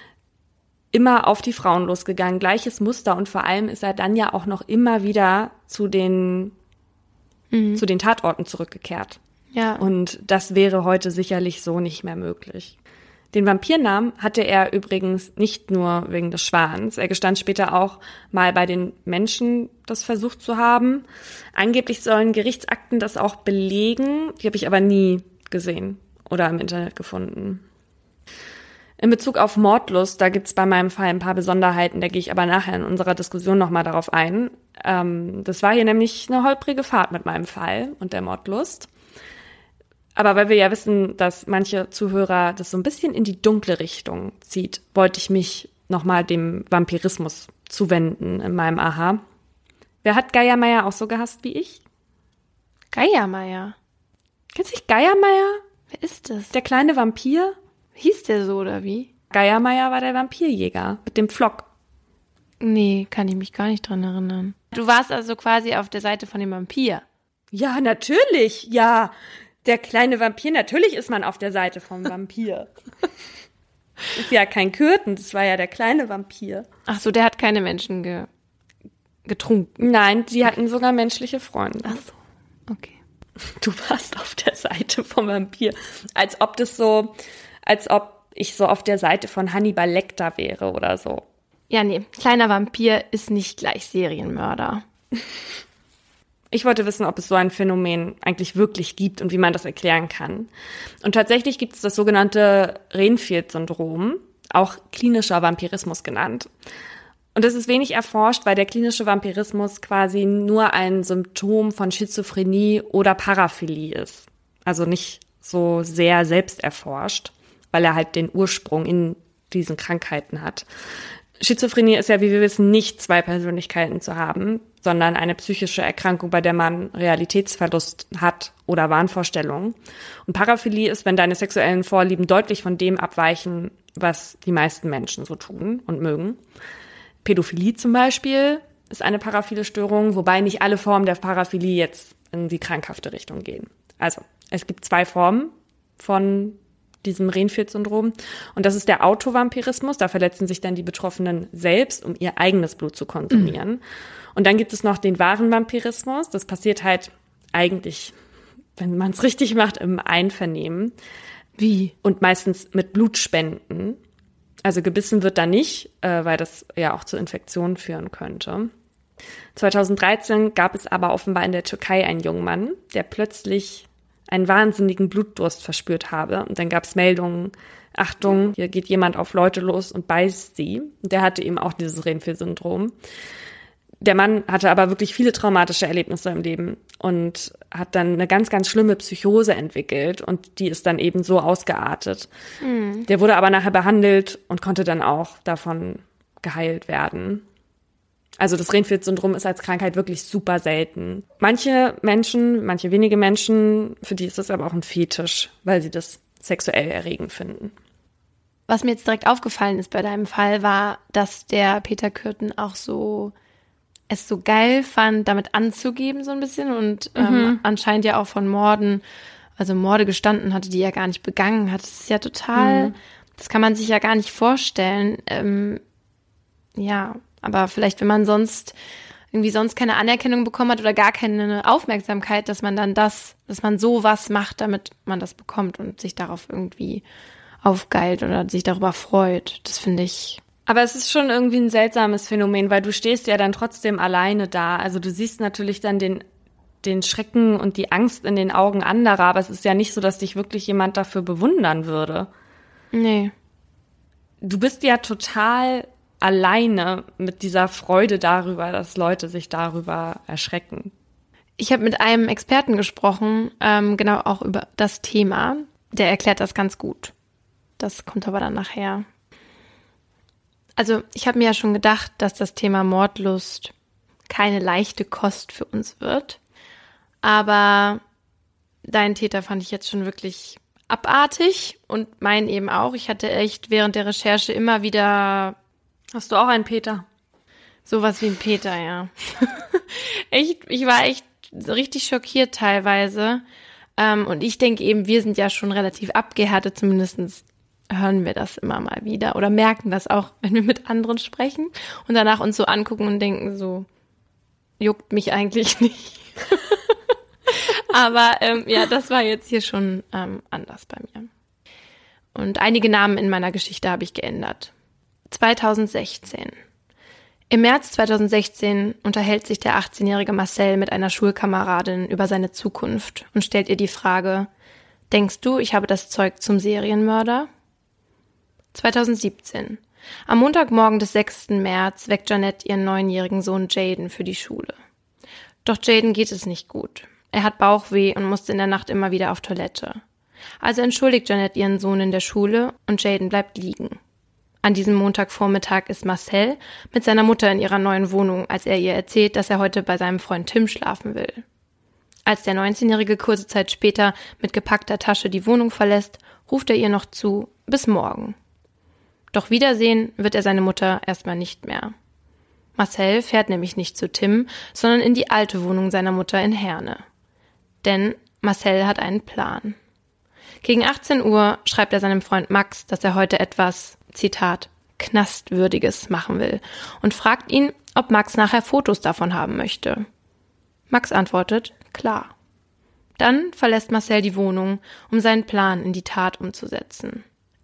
Speaker 1: immer auf die Frauen losgegangen, gleiches Muster. Und vor allem ist er dann ja auch noch immer wieder zu den, mhm. zu den Tatorten zurückgekehrt.
Speaker 2: Ja.
Speaker 1: Und das wäre heute sicherlich so nicht mehr möglich. Den Vampirnamen hatte er übrigens nicht nur wegen des Schwans. Er gestand später auch mal bei den Menschen, das versucht zu haben. Angeblich sollen Gerichtsakten das auch belegen. Die habe ich aber nie gesehen oder im Internet gefunden. In Bezug auf Mordlust, da gibt's bei meinem Fall ein paar Besonderheiten. Da gehe ich aber nachher in unserer Diskussion nochmal darauf ein. Ähm, das war hier nämlich eine holprige Fahrt mit meinem Fall und der Mordlust. Aber weil wir ja wissen, dass manche Zuhörer das so ein bisschen in die dunkle Richtung zieht, wollte ich mich nochmal dem Vampirismus zuwenden in meinem Aha. Wer hat Geiermeier auch so gehasst wie ich?
Speaker 2: Geiermeier?
Speaker 1: Kennst du nicht Geiermeier?
Speaker 2: Wer ist das?
Speaker 1: Der kleine Vampir?
Speaker 2: Hieß der so oder wie?
Speaker 1: Geiermeier war der Vampirjäger mit dem Pflock.
Speaker 2: Nee, kann ich mich gar nicht dran erinnern. Du warst also quasi auf der Seite von dem Vampir?
Speaker 1: Ja, natürlich, ja. Der kleine Vampir, natürlich ist man auf der Seite vom Vampir. Ist ja kein Kürten, das war ja der kleine Vampir.
Speaker 2: Ach so, der hat keine Menschen ge- getrunken?
Speaker 1: Nein, die hatten sogar menschliche Freunde.
Speaker 2: Ach so, okay.
Speaker 1: Du warst auf der Seite vom Vampir. Als ob das so, als ob ich so auf der Seite von Hannibal Lecter wäre oder so.
Speaker 2: Ja, nee, kleiner Vampir ist nicht gleich Serienmörder.
Speaker 1: Ich wollte wissen, ob es so ein Phänomen eigentlich wirklich gibt und wie man das erklären kann. Und tatsächlich gibt es das sogenannte Renfield-Syndrom, auch klinischer Vampirismus genannt. Und es ist wenig erforscht, weil der klinische Vampirismus quasi nur ein Symptom von Schizophrenie oder Paraphilie ist. Also nicht so sehr selbst erforscht, weil er halt den Ursprung in diesen Krankheiten hat. Schizophrenie ist ja, wie wir wissen, nicht zwei Persönlichkeiten zu haben, sondern eine psychische Erkrankung, bei der man Realitätsverlust hat oder Wahnvorstellungen. Und Paraphilie ist, wenn deine sexuellen Vorlieben deutlich von dem abweichen, was die meisten Menschen so tun und mögen. Pädophilie zum Beispiel ist eine paraphile Störung, wobei nicht alle Formen der Paraphilie jetzt in die krankhafte Richtung gehen. Also, es gibt zwei Formen von diesem Renfield-Syndrom. Und das ist der Autovampirismus. Da verletzen sich dann die Betroffenen selbst, um ihr eigenes Blut zu konsumieren. Mhm. Und dann gibt es noch den wahren Vampirismus. Das passiert halt eigentlich, wenn man es richtig macht, im Einvernehmen.
Speaker 2: Wie?
Speaker 1: Und meistens mit Blutspenden. Also gebissen wird da nicht, äh, weil das ja auch zu Infektionen führen könnte. zweitausenddreizehn gab es aber offenbar in der Türkei einen jungen Mann, der plötzlich einen wahnsinnigen Blutdurst verspürt habe. Und dann gab es Meldungen, Achtung, hier geht jemand auf Leute los und beißt sie. Und der hatte eben auch dieses Renfield-Syndrom. Der Mann hatte aber wirklich viele traumatische Erlebnisse im Leben und hat dann eine ganz, ganz schlimme Psychose entwickelt. Und die ist dann eben so ausgeartet. Mhm. Der wurde aber nachher behandelt und konnte dann auch davon geheilt werden. Also das Renfield-Syndrom ist als Krankheit wirklich super selten. Manche Menschen, manche wenige Menschen, für die ist das aber auch ein Fetisch, weil sie das sexuell erregend finden.
Speaker 2: Was mir jetzt direkt aufgefallen ist bei deinem Fall, war, dass der Peter Kürten auch so es so geil fand, damit anzugeben so ein bisschen und mhm. ähm, anscheinend ja auch von Morden, also Morde gestanden hatte, die er gar nicht begangen hat. Das ist ja total, mhm. das kann man sich ja gar nicht vorstellen. Ähm, ja, aber vielleicht, wenn man sonst irgendwie sonst keine Anerkennung bekommen hat oder gar keine Aufmerksamkeit, dass man dann das, dass man sowas macht, damit man das bekommt und sich darauf irgendwie aufgeilt oder sich darüber freut. Das finde ich.
Speaker 1: Aber es ist schon irgendwie ein seltsames Phänomen, weil du stehst ja dann trotzdem alleine da. Also du siehst natürlich dann den, den Schrecken und die Angst in den Augen anderer, aber es ist ja nicht so, dass dich wirklich jemand dafür bewundern würde.
Speaker 2: Nee.
Speaker 1: Du bist ja total alleine mit dieser Freude darüber, dass Leute sich darüber erschrecken.
Speaker 2: Ich habe mit einem Experten gesprochen, ähm, genau auch über das Thema. Der erklärt das ganz gut. Das kommt aber dann nachher. Also ich habe mir ja schon gedacht, dass das Thema Mordlust keine leichte Kost für uns wird. Aber deinen Täter fand ich jetzt schon wirklich abartig und meinen eben auch. Ich hatte echt während der Recherche immer wieder...
Speaker 1: Hast du auch einen Peter?
Speaker 2: Sowas wie ein Peter, ja. echt, ich war echt richtig schockiert teilweise. Ähm, und ich denke eben, wir sind ja schon relativ abgehärtet, zumindest hören wir das immer mal wieder oder merken das auch, wenn wir mit anderen sprechen und danach uns so angucken und denken so, juckt mich eigentlich nicht. Aber ähm, ja, das war jetzt hier schon ähm, anders bei mir. Und einige Namen in meiner Geschichte habe ich geändert. zweitausendsechzehn. Im März zweitausendsechzehn unterhält sich der achtzehnjährige Marcel mit einer Schulkameradin über seine Zukunft und stellt ihr die Frage, denkst du, ich habe das Zeug zum Serienmörder? zweitausendsiebzehn. Am Montagmorgen des sechsten März weckt Jeanette ihren neunjährigen Sohn Jaden für die Schule. Doch Jaden geht es nicht gut. Er hat Bauchweh und musste in der Nacht immer wieder auf Toilette. Also entschuldigt Jeanette ihren Sohn in der Schule und Jaden bleibt liegen. An diesem Montagvormittag ist Marcel mit seiner Mutter in ihrer neuen Wohnung, als er ihr erzählt, dass er heute bei seinem Freund Tim schlafen will. Als der neunzehnjährige kurze Zeit später mit gepackter Tasche die Wohnung verlässt, ruft er ihr noch zu, bis morgen. Doch wiedersehen wird er seine Mutter erstmal nicht mehr. Marcel fährt nämlich nicht zu Tim, sondern in die alte Wohnung seiner Mutter in Herne. Denn Marcel hat einen Plan. Gegen achtzehn Uhr schreibt er seinem Freund Max, dass er heute etwas, Zitat, Knastwürdiges machen will und fragt ihn, ob Max nachher Fotos davon haben möchte. Max antwortet, klar. Dann verlässt Marcel die Wohnung, um seinen Plan in die Tat umzusetzen.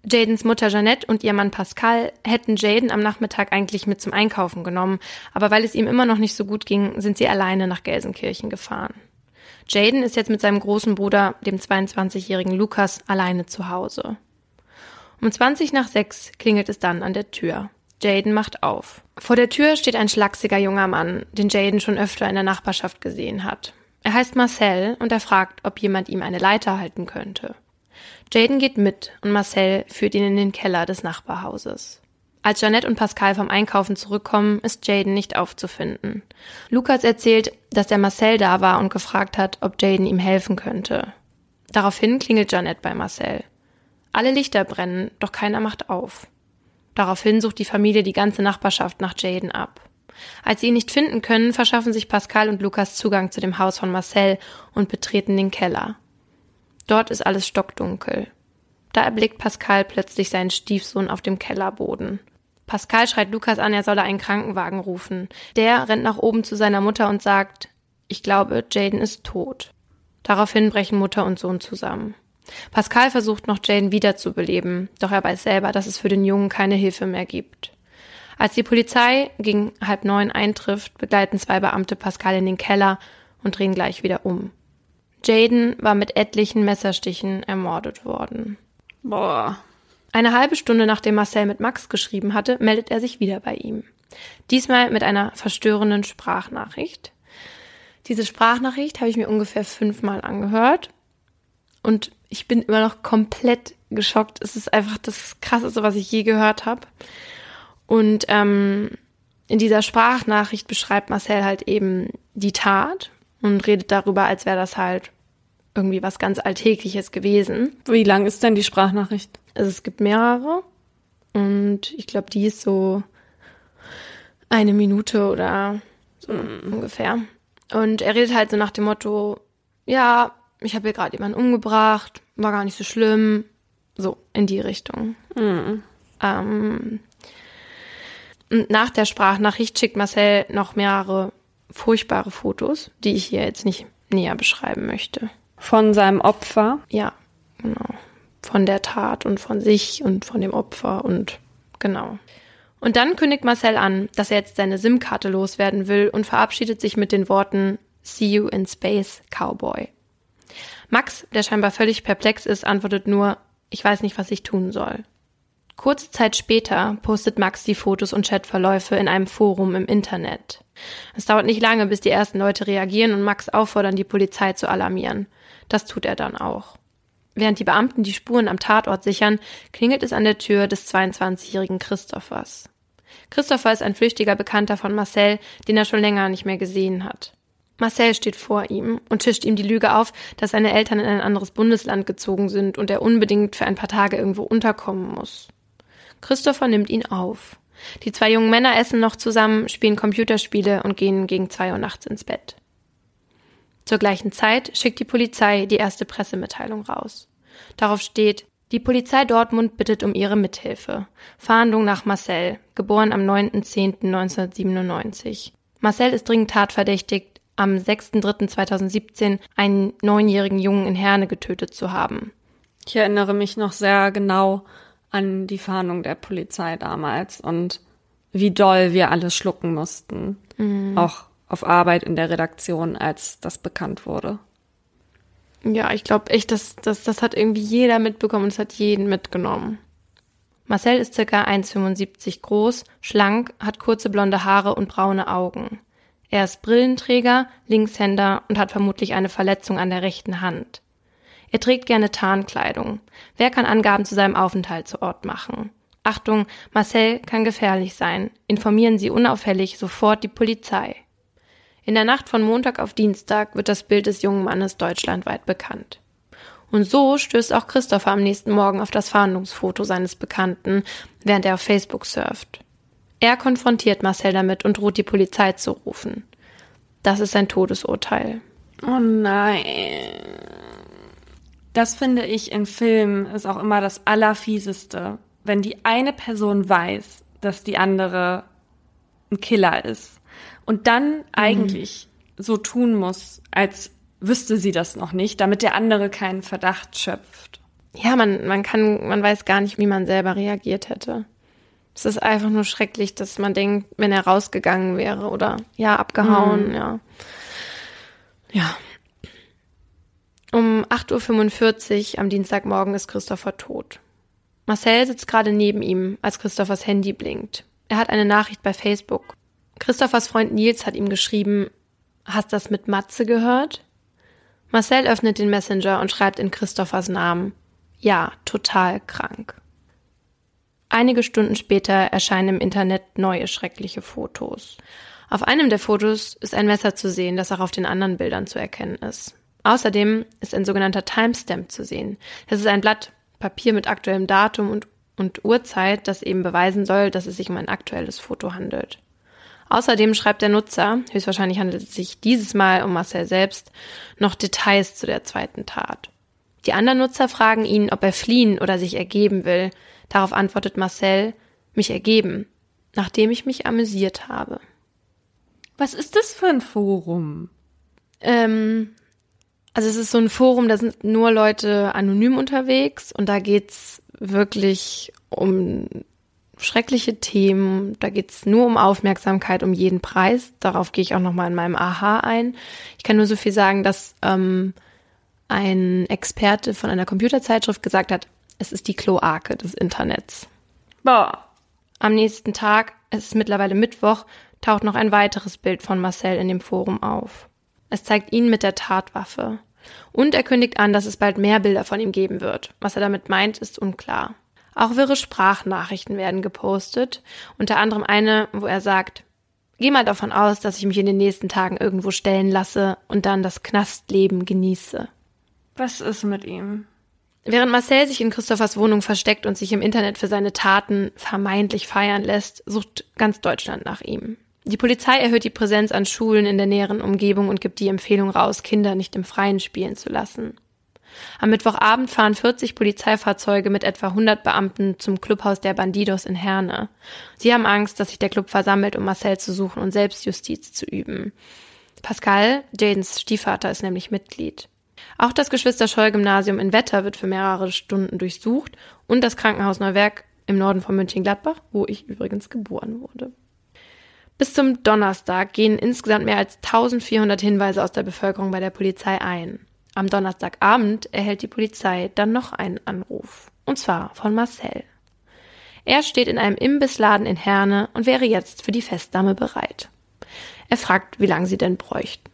Speaker 2: Jadens Mutter Jeanette und ihr Mann Pascal hätten Jaden am Nachmittag eigentlich mit zum Einkaufen genommen, aber weil es ihm immer noch nicht so gut ging, sind sie alleine nach Gelsenkirchen gefahren. Jaden ist jetzt mit seinem großen Bruder, dem zweiundzwanzigjährigen Lukas, alleine zu Hause. Um zwanzig nach sechs klingelt es dann an der Tür. Jaden macht auf. Vor der Tür steht ein schlachsiger junger Mann, den Jaden schon öfter in der Nachbarschaft gesehen hat. Er heißt Marcel und er fragt, ob jemand ihm eine Leiter halten könnte. Jaden geht mit und Marcel führt ihn in den Keller des Nachbarhauses. Als Jeanette und Pascal vom Einkaufen zurückkommen, ist Jaden nicht aufzufinden. Lukas erzählt, dass der Marcel da war und gefragt hat, ob Jaden ihm helfen könnte. Daraufhin klingelt Jeanette bei Marcel. Alle Lichter brennen, doch keiner macht auf. Daraufhin sucht die Familie die ganze Nachbarschaft nach Jaden ab. Als sie ihn nicht finden können, verschaffen sich Pascal und Lukas Zugang zu dem Haus von Marcel und betreten den Keller. Dort ist alles stockdunkel. Da erblickt Pascal plötzlich seinen Stiefsohn auf dem Kellerboden. Pascal schreit Lukas an, er solle einen Krankenwagen rufen. Der rennt nach oben zu seiner Mutter und sagt, ich glaube, Jaden ist tot. Daraufhin brechen Mutter und Sohn zusammen. Pascal versucht noch, Jaden wiederzubeleben, doch er weiß selber, dass es für den Jungen keine Hilfe mehr gibt. Als die Polizei gegen halb neun eintrifft, begleiten zwei Beamte Pascal in den Keller und drehen gleich wieder um. Jaden war mit etlichen Messerstichen ermordet worden.
Speaker 1: Boah.
Speaker 2: Eine halbe Stunde nachdem Marcel mit Max geschrieben hatte, meldet er sich wieder bei ihm. Diesmal mit einer verstörenden Sprachnachricht. Diese Sprachnachricht habe ich mir ungefähr fünfmal angehört und ich bin immer noch komplett geschockt. Es ist einfach das Krasseste, was ich je gehört habe. Und ähm, in dieser Sprachnachricht beschreibt Marcel halt eben die Tat und redet darüber, als wäre das halt irgendwie was ganz Alltägliches gewesen.
Speaker 1: Wie lang ist denn die Sprachnachricht?
Speaker 2: Also es gibt mehrere und ich glaube, die ist so eine Minute oder so mm. ungefähr. Und er redet halt so nach dem Motto, ja, ich habe hier gerade jemanden umgebracht, war gar nicht so schlimm. So, in die Richtung.
Speaker 1: Mm.
Speaker 2: Ähm, und nach der Sprachnachricht schickt Marcel noch mehrere furchtbare Fotos, die ich hier jetzt nicht näher beschreiben möchte.
Speaker 1: Von seinem Opfer?
Speaker 2: Ja, genau. Von der Tat und von sich und von dem Opfer und genau. Und dann kündigt Marcel an, dass er jetzt seine SIM-Karte loswerden will und verabschiedet sich mit den Worten See you in space, Cowboy. Max, der scheinbar völlig perplex ist, antwortet nur, ich weiß nicht, was ich tun soll. Kurze Zeit später postet Max die Fotos und Chatverläufe in einem Forum im Internet. Es dauert nicht lange, bis die ersten Leute reagieren und Max auffordern, die Polizei zu alarmieren. Das tut er dann auch. Während die Beamten die Spuren am Tatort sichern, klingelt es an der Tür des zweiundzwanzigjährigen Christophers. Christopher ist ein flüchtiger Bekannter von Marcel, den er schon länger nicht mehr gesehen hat. Marcel steht vor ihm und tischt ihm die Lüge auf, dass seine Eltern in ein anderes Bundesland gezogen sind und er unbedingt für ein paar Tage irgendwo unterkommen muss. Christopher nimmt ihn auf. Die zwei jungen Männer essen noch zusammen, spielen Computerspiele und gehen gegen zwei Uhr nachts ins Bett. Zur gleichen Zeit schickt die Polizei die erste Pressemitteilung raus. Darauf steht, die Polizei Dortmund bittet um ihre Mithilfe. Fahndung nach Marcel, geboren am neunten zehnten neunzehnhundertsiebenundneunzig. Marcel ist dringend tatverdächtigt, am sechsten dritten zweitausendsiebzehn einen neunjährigen Jungen in Herne getötet zu haben.
Speaker 1: Ich erinnere mich noch sehr genau an die Fahndung der Polizei damals und wie doll wir alle schlucken mussten. Mhm. Auch auf Arbeit in der Redaktion, als das bekannt wurde.
Speaker 2: Ja, ich glaube echt, das, das, das hat irgendwie jeder mitbekommen und es hat jeden mitgenommen. Marcel ist ca. eins Komma fünfundsiebzig groß, schlank, hat kurze blonde Haare und braune Augen. Er ist Brillenträger, Linkshänder und hat vermutlich eine Verletzung an der rechten Hand. Er trägt gerne Tarnkleidung. Wer kann Angaben zu seinem Aufenthaltsort machen? Achtung, Marcel kann gefährlich sein. Informieren Sie unauffällig sofort die Polizei. In der Nacht von Montag auf Dienstag wird das Bild des jungen Mannes deutschlandweit bekannt. Und so stößt auch Christopher am nächsten Morgen auf das Fahndungsfoto seines Bekannten, während er auf Facebook surft. Er konfrontiert Marcel damit und droht, die Polizei zu rufen. Das ist sein Todesurteil.
Speaker 1: Oh nein. Das finde ich in Filmen ist auch immer das Allerfieseste. Wenn die eine Person weiß, dass die andere ein Killer ist und dann mhm. eigentlich so tun muss, als wüsste sie das noch nicht, damit der andere keinen Verdacht schöpft.
Speaker 2: ja, man, man kann, man weiß gar nicht, wie man selber reagiert hätte. Es ist einfach nur schrecklich, dass man denkt, wenn er rausgegangen wäre oder ja, abgehauen, mhm. ja. Ja. Um acht Uhr fünfundvierzig am Dienstagmorgen ist Christopher tot. Marcel sitzt gerade neben ihm, als Christophers Handy blinkt. Er hat eine Nachricht bei Facebook. Christophers Freund Nils hat ihm geschrieben, hast das mit Matze gehört? Marcel öffnet den Messenger und schreibt in Christophers Namen, ja, total krank. Einige Stunden später erscheinen im Internet neue schreckliche Fotos. Auf einem der Fotos ist ein Messer zu sehen, das auch auf den anderen Bildern zu erkennen ist. Außerdem ist ein sogenannter Timestamp zu sehen. Das ist ein Blatt Papier mit aktuellem Datum und, und Uhrzeit, das eben beweisen soll, dass es sich um ein aktuelles Foto handelt. Außerdem schreibt der Nutzer, höchstwahrscheinlich handelt es sich dieses Mal um Marcel selbst, noch Details zu der zweiten Tat. Die anderen Nutzer fragen ihn, ob er fliehen oder sich ergeben will. Darauf antwortet Marcel, mich ergeben, nachdem ich mich amüsiert habe.
Speaker 1: Was ist das für ein Forum?
Speaker 2: Ähm, also es ist so ein Forum, da sind nur Leute anonym unterwegs und da geht's wirklich um schreckliche Themen. Da geht's nur um Aufmerksamkeit, um jeden Preis. Darauf gehe ich auch nochmal in meinem Aha ein. Ich kann nur so viel sagen, dass ähm, ein Experte von einer Computerzeitschrift gesagt hat, es ist die Kloake des Internets.
Speaker 1: Boah.
Speaker 2: Am nächsten Tag, es ist mittlerweile Mittwoch, taucht noch ein weiteres Bild von Marcel in dem Forum auf. Es zeigt ihn mit der Tatwaffe. Und er kündigt an, dass es bald mehr Bilder von ihm geben wird. Was er damit meint, ist unklar. Auch wirre Sprachnachrichten werden gepostet, unter anderem eine, wo er sagt, geh mal davon aus, dass ich mich in den nächsten Tagen irgendwo stellen lasse und dann das Knastleben genieße.
Speaker 1: Was ist mit ihm?
Speaker 2: Während Marcel sich in Christophers Wohnung versteckt und sich im Internet für seine Taten vermeintlich feiern lässt, sucht ganz Deutschland nach ihm. Die Polizei erhöht die Präsenz an Schulen in der näheren Umgebung und gibt die Empfehlung raus, Kinder nicht im Freien spielen zu lassen. Am Mittwochabend fahren vierzig Polizeifahrzeuge mit etwa hundert Beamten zum Clubhaus der Bandidos in Herne. Sie haben Angst, dass sich der Club versammelt, um Marcel zu suchen und Selbstjustiz zu üben. Pascal, Jadens Stiefvater, ist nämlich Mitglied. Auch das Geschwister-Scholl-Gymnasium in Wetter wird für mehrere Stunden durchsucht und das Krankenhaus Neuwerk im Norden von Mönchengladbach, wo ich übrigens geboren wurde. Bis zum Donnerstag gehen insgesamt mehr als eintausendvierhundert Hinweise aus der Bevölkerung bei der Polizei ein. Am Donnerstagabend erhält die Polizei dann noch einen Anruf, und zwar von Marcel. Er steht in einem Imbissladen in Herne und wäre jetzt für die Festnahme bereit. Er fragt, wie lange sie denn bräuchten.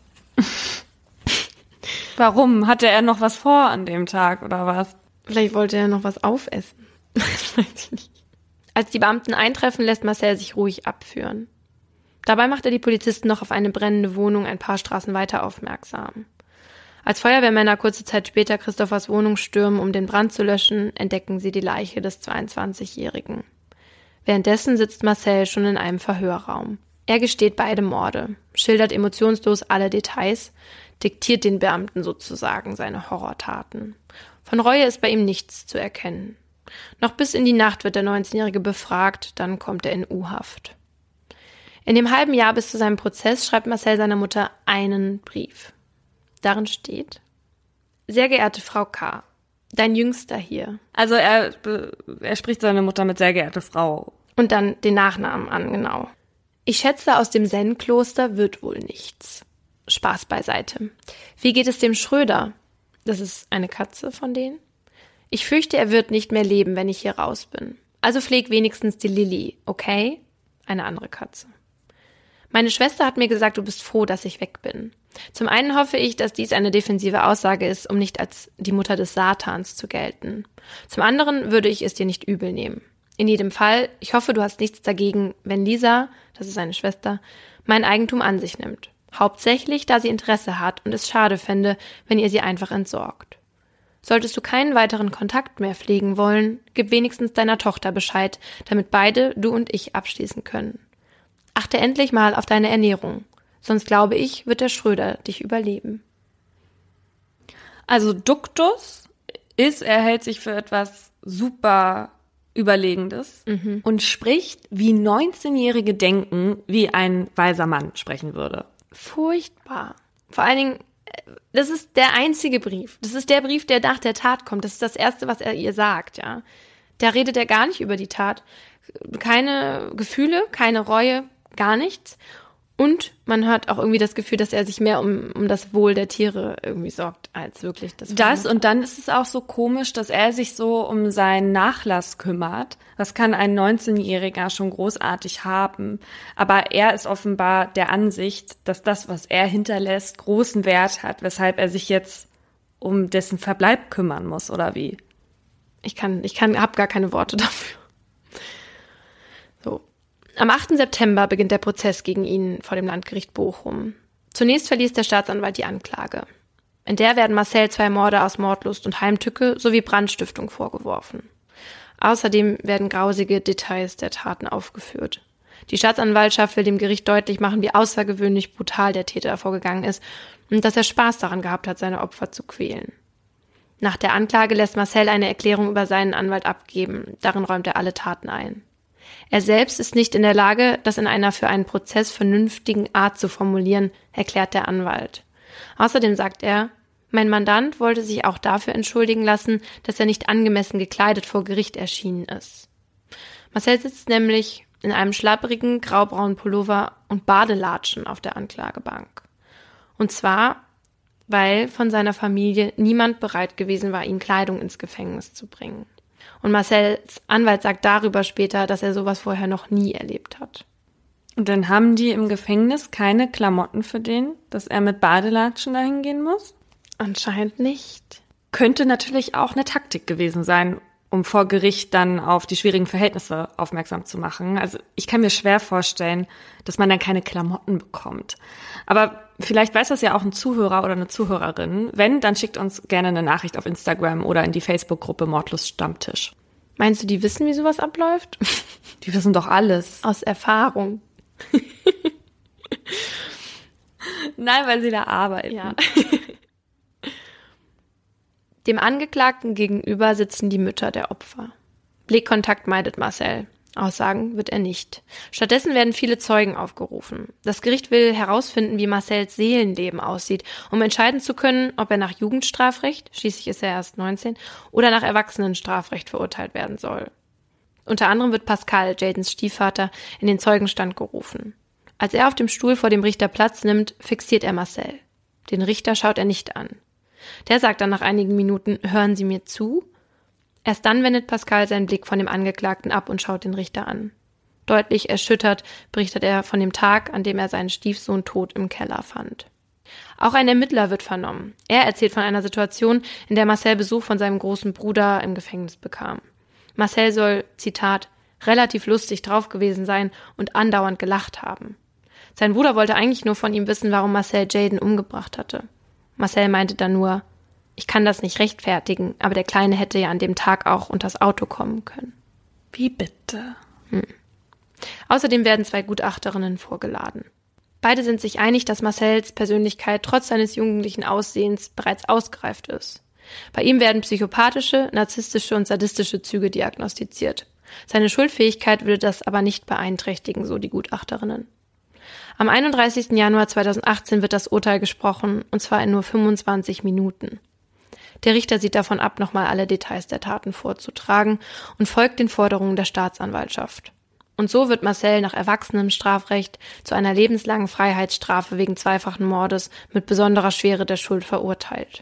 Speaker 1: Warum? Hatte er noch was vor an dem Tag oder was?
Speaker 2: Vielleicht wollte er noch was aufessen. Weiß ich nicht. Als die Beamten eintreffen, lässt Marcel sich ruhig abführen. Dabei macht er die Polizisten noch auf eine brennende Wohnung ein paar Straßen weiter aufmerksam. Als Feuerwehrmänner kurze Zeit später Christophers Wohnung stürmen, um den Brand zu löschen, entdecken sie die Leiche des zweiundzwanzigjährigen. Währenddessen sitzt Marcel schon in einem Verhörraum. Er gesteht beide Morde, schildert emotionslos alle Details, diktiert den Beamten sozusagen seine Horrortaten. Von Reue ist bei ihm nichts zu erkennen. Noch bis in die Nacht wird der neunzehnjährige befragt, dann kommt er in U-Haft. In dem halben Jahr bis zu seinem Prozess schreibt Marcel seiner Mutter einen Brief. Darin steht: Sehr geehrte Frau K., dein Jüngster hier.
Speaker 1: Also er, er spricht seine Mutter mit sehr geehrte Frau.
Speaker 2: Und dann den Nachnamen an, genau. Ich schätze, aus dem Zen-Kloster wird wohl nichts. Spaß beiseite. Wie geht es dem Schröder? Das ist eine Katze von denen. Ich fürchte, er wird nicht mehr leben, wenn ich hier raus bin. Also pfleg wenigstens die Lilly, okay? Eine andere Katze. Meine Schwester hat mir gesagt, du bist froh, dass ich weg bin. Zum einen hoffe ich, dass dies eine defensive Aussage ist, um nicht als die Mutter des Satans zu gelten. Zum anderen würde ich es dir nicht übel nehmen. In jedem Fall, ich hoffe, du hast nichts dagegen, wenn Lisa, das ist seine Schwester, mein Eigentum an sich nimmt. Hauptsächlich, da sie Interesse hat und es schade fände, wenn ihr sie einfach entsorgt. Solltest du keinen weiteren Kontakt mehr pflegen wollen, gib wenigstens deiner Tochter Bescheid, damit beide, du und ich, abschließen können. Achte endlich mal auf deine Ernährung, sonst glaube ich, wird der Schröder dich überleben.
Speaker 1: Also Duktus ist, er hält sich für etwas super Überlegendes mhm. und spricht, wie neunzehnjährige denken, wie ein weiser Mann sprechen würde.
Speaker 2: Furchtbar. Vor allen Dingen, das ist der einzige Brief. Das ist der Brief, der nach der Tat kommt. Das ist das Erste, was er ihr sagt, ja. Da redet er gar nicht über die Tat. Keine Gefühle, keine Reue, gar nichts. Und man hat auch irgendwie das Gefühl, dass er sich mehr um, um das Wohl der Tiere irgendwie sorgt, als wirklich das.
Speaker 1: Das und dann ist es auch so komisch, dass er sich so um seinen Nachlass kümmert. Das kann ein neunzehnjähriger schon großartig haben. Aber er ist offenbar der Ansicht, dass das, was er hinterlässt, großen Wert hat, weshalb er sich jetzt um dessen Verbleib kümmern muss, oder wie?
Speaker 2: Ich kann, ich kann, hab gar keine Worte dafür. So. Am achten September beginnt der Prozess gegen ihn vor dem Landgericht Bochum. Zunächst verliest der Staatsanwalt die Anklage. In der werden Marcel zwei Morde aus Mordlust und Heimtücke sowie Brandstiftung vorgeworfen. Außerdem werden grausige Details der Taten aufgeführt. Die Staatsanwaltschaft will dem Gericht deutlich machen, wie außergewöhnlich brutal der Täter vorgegangen ist und dass er Spaß daran gehabt hat, seine Opfer zu quälen. Nach der Anklage lässt Marcel eine Erklärung über seinen Anwalt abgeben. Darin räumt er alle Taten ein. Er selbst ist nicht in der Lage, das in einer für einen Prozess vernünftigen Art zu formulieren, erklärt der Anwalt. Außerdem sagt er, mein Mandant wollte sich auch dafür entschuldigen lassen, dass er nicht angemessen gekleidet vor Gericht erschienen ist. Marcel sitzt nämlich in einem schlapprigen, graubraunen Pullover und Badelatschen auf der Anklagebank. Und zwar, weil von seiner Familie niemand bereit gewesen war, ihm Kleidung ins Gefängnis zu bringen. Und Marcels Anwalt sagt darüber später, dass er sowas vorher noch nie erlebt hat.
Speaker 1: Und dann haben die im Gefängnis keine Klamotten für den, dass er mit Badelatschen dahin gehen muss?
Speaker 2: Anscheinend nicht.
Speaker 1: Könnte natürlich auch eine Taktik gewesen sein, um vor Gericht dann auf die schwierigen Verhältnisse aufmerksam zu machen. Also ich kann mir schwer vorstellen, dass man dann keine Klamotten bekommt. Aber vielleicht weiß das ja auch ein Zuhörer oder eine Zuhörerin. Wenn, dann schickt uns gerne eine Nachricht auf Instagram oder in die Facebook-Gruppe Mordlust Stammtisch.
Speaker 2: Meinst du, die wissen, wie sowas abläuft?
Speaker 1: Die wissen doch alles.
Speaker 2: Aus Erfahrung.
Speaker 1: Nein, weil sie da arbeiten.
Speaker 2: Ja. Dem Angeklagten gegenüber sitzen die Mütter der Opfer. Blickkontakt meidet Marcel. Aussagen wird er nicht. Stattdessen werden viele Zeugen aufgerufen. Das Gericht will herausfinden, wie Marcels Seelenleben aussieht, um entscheiden zu können, ob er nach Jugendstrafrecht, schließlich ist er erst neunzehn, oder nach Erwachsenenstrafrecht verurteilt werden soll. Unter anderem wird Pascal, Jadens Stiefvater, in den Zeugenstand gerufen. Als er auf dem Stuhl vor dem Richter Platz nimmt, fixiert er Marcel. Den Richter schaut er nicht an. Der sagt dann nach einigen Minuten, hören Sie mir zu? Erst dann wendet Pascal seinen Blick von dem Angeklagten ab und schaut den Richter an. Deutlich erschüttert berichtet er von dem Tag, an dem er seinen Stiefsohn tot im Keller fand. Auch ein Ermittler wird vernommen. Er erzählt von einer Situation, in der Marcel Besuch von seinem großen Bruder im Gefängnis bekam. Marcel soll, Zitat, relativ lustig drauf gewesen sein und andauernd gelacht haben. Sein Bruder wollte eigentlich nur von ihm wissen, warum Marcel Jaden umgebracht hatte. Marcel meinte dann nur, ich kann das nicht rechtfertigen, aber der Kleine hätte ja an dem Tag auch unters Auto kommen können.
Speaker 1: Wie bitte?
Speaker 2: Hm. Außerdem werden zwei Gutachterinnen vorgeladen. Beide sind sich einig, dass Marcels Persönlichkeit trotz seines jugendlichen Aussehens bereits ausgereift ist. Bei ihm werden psychopathische, narzisstische und sadistische Züge diagnostiziert. Seine Schuldfähigkeit würde das aber nicht beeinträchtigen, so die Gutachterinnen. Am einunddreißigsten Januar zweitausendachtzehn wird das Urteil gesprochen, und zwar in nur fünfundzwanzig Minuten. Der Richter sieht davon ab, nochmal alle Details der Taten vorzutragen und folgt den Forderungen der Staatsanwaltschaft. Und so wird Marcel nach erwachsenem Strafrecht zu einer lebenslangen Freiheitsstrafe wegen zweifachen Mordes mit besonderer Schwere der Schuld verurteilt.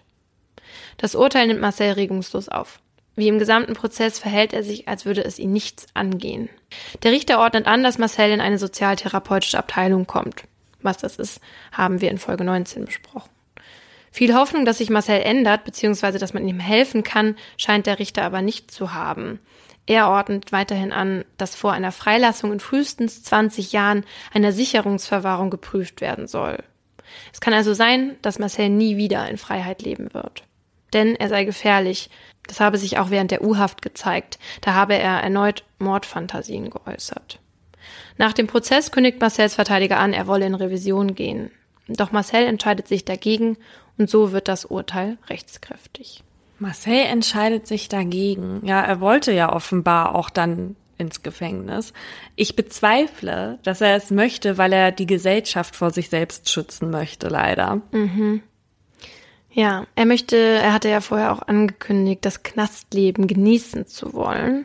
Speaker 2: Das Urteil nimmt Marcel regungslos auf. Wie im gesamten Prozess verhält er sich, als würde es ihn nichts angehen. Der Richter ordnet an, dass Marcel in eine sozialtherapeutische Abteilung kommt. Was das ist, haben wir in Folge neunzehn besprochen. Viel Hoffnung, dass sich Marcel ändert, beziehungsweise dass man ihm helfen kann, scheint der Richter aber nicht zu haben. Er ordnet weiterhin an, dass vor einer Freilassung in frühestens zwanzig Jahren eine Sicherungsverwahrung geprüft werden soll. Es kann also sein, dass Marcel nie wieder in Freiheit leben wird. Denn er sei gefährlich. Das habe sich auch während der U-Haft gezeigt. Da habe er erneut Mordfantasien geäußert. Nach dem Prozess kündigt Marcels Verteidiger an, er wolle in Revision gehen. Doch Marcel entscheidet sich dagegen und so wird das Urteil rechtskräftig.
Speaker 1: Marcel entscheidet sich dagegen. Ja, er wollte ja offenbar auch dann ins Gefängnis. Ich bezweifle, dass er es möchte, weil er die Gesellschaft vor sich selbst schützen möchte, leider.
Speaker 2: Mhm. Ja, er möchte, er hatte ja vorher auch angekündigt, das Knastleben genießen zu wollen.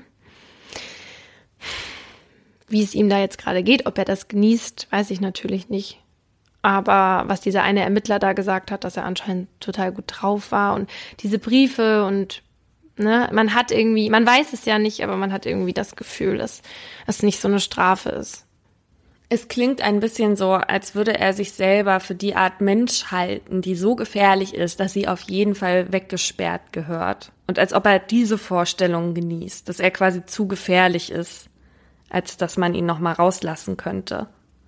Speaker 2: Wie es ihm da jetzt gerade geht, ob er das genießt, weiß ich natürlich nicht. Aber was dieser eine Ermittler da gesagt hat, dass er anscheinend total gut drauf war und diese Briefe und ne, man hat irgendwie, man weiß es ja nicht, aber man hat irgendwie das Gefühl, dass es nicht so eine Strafe ist.
Speaker 1: Es klingt ein bisschen so, als würde er sich selber für die Art Mensch halten, die so gefährlich ist, dass sie auf jeden Fall weggesperrt gehört. Und als ob er diese Vorstellung genießt, dass er quasi zu gefährlich ist, als dass man ihn noch mal rauslassen könnte.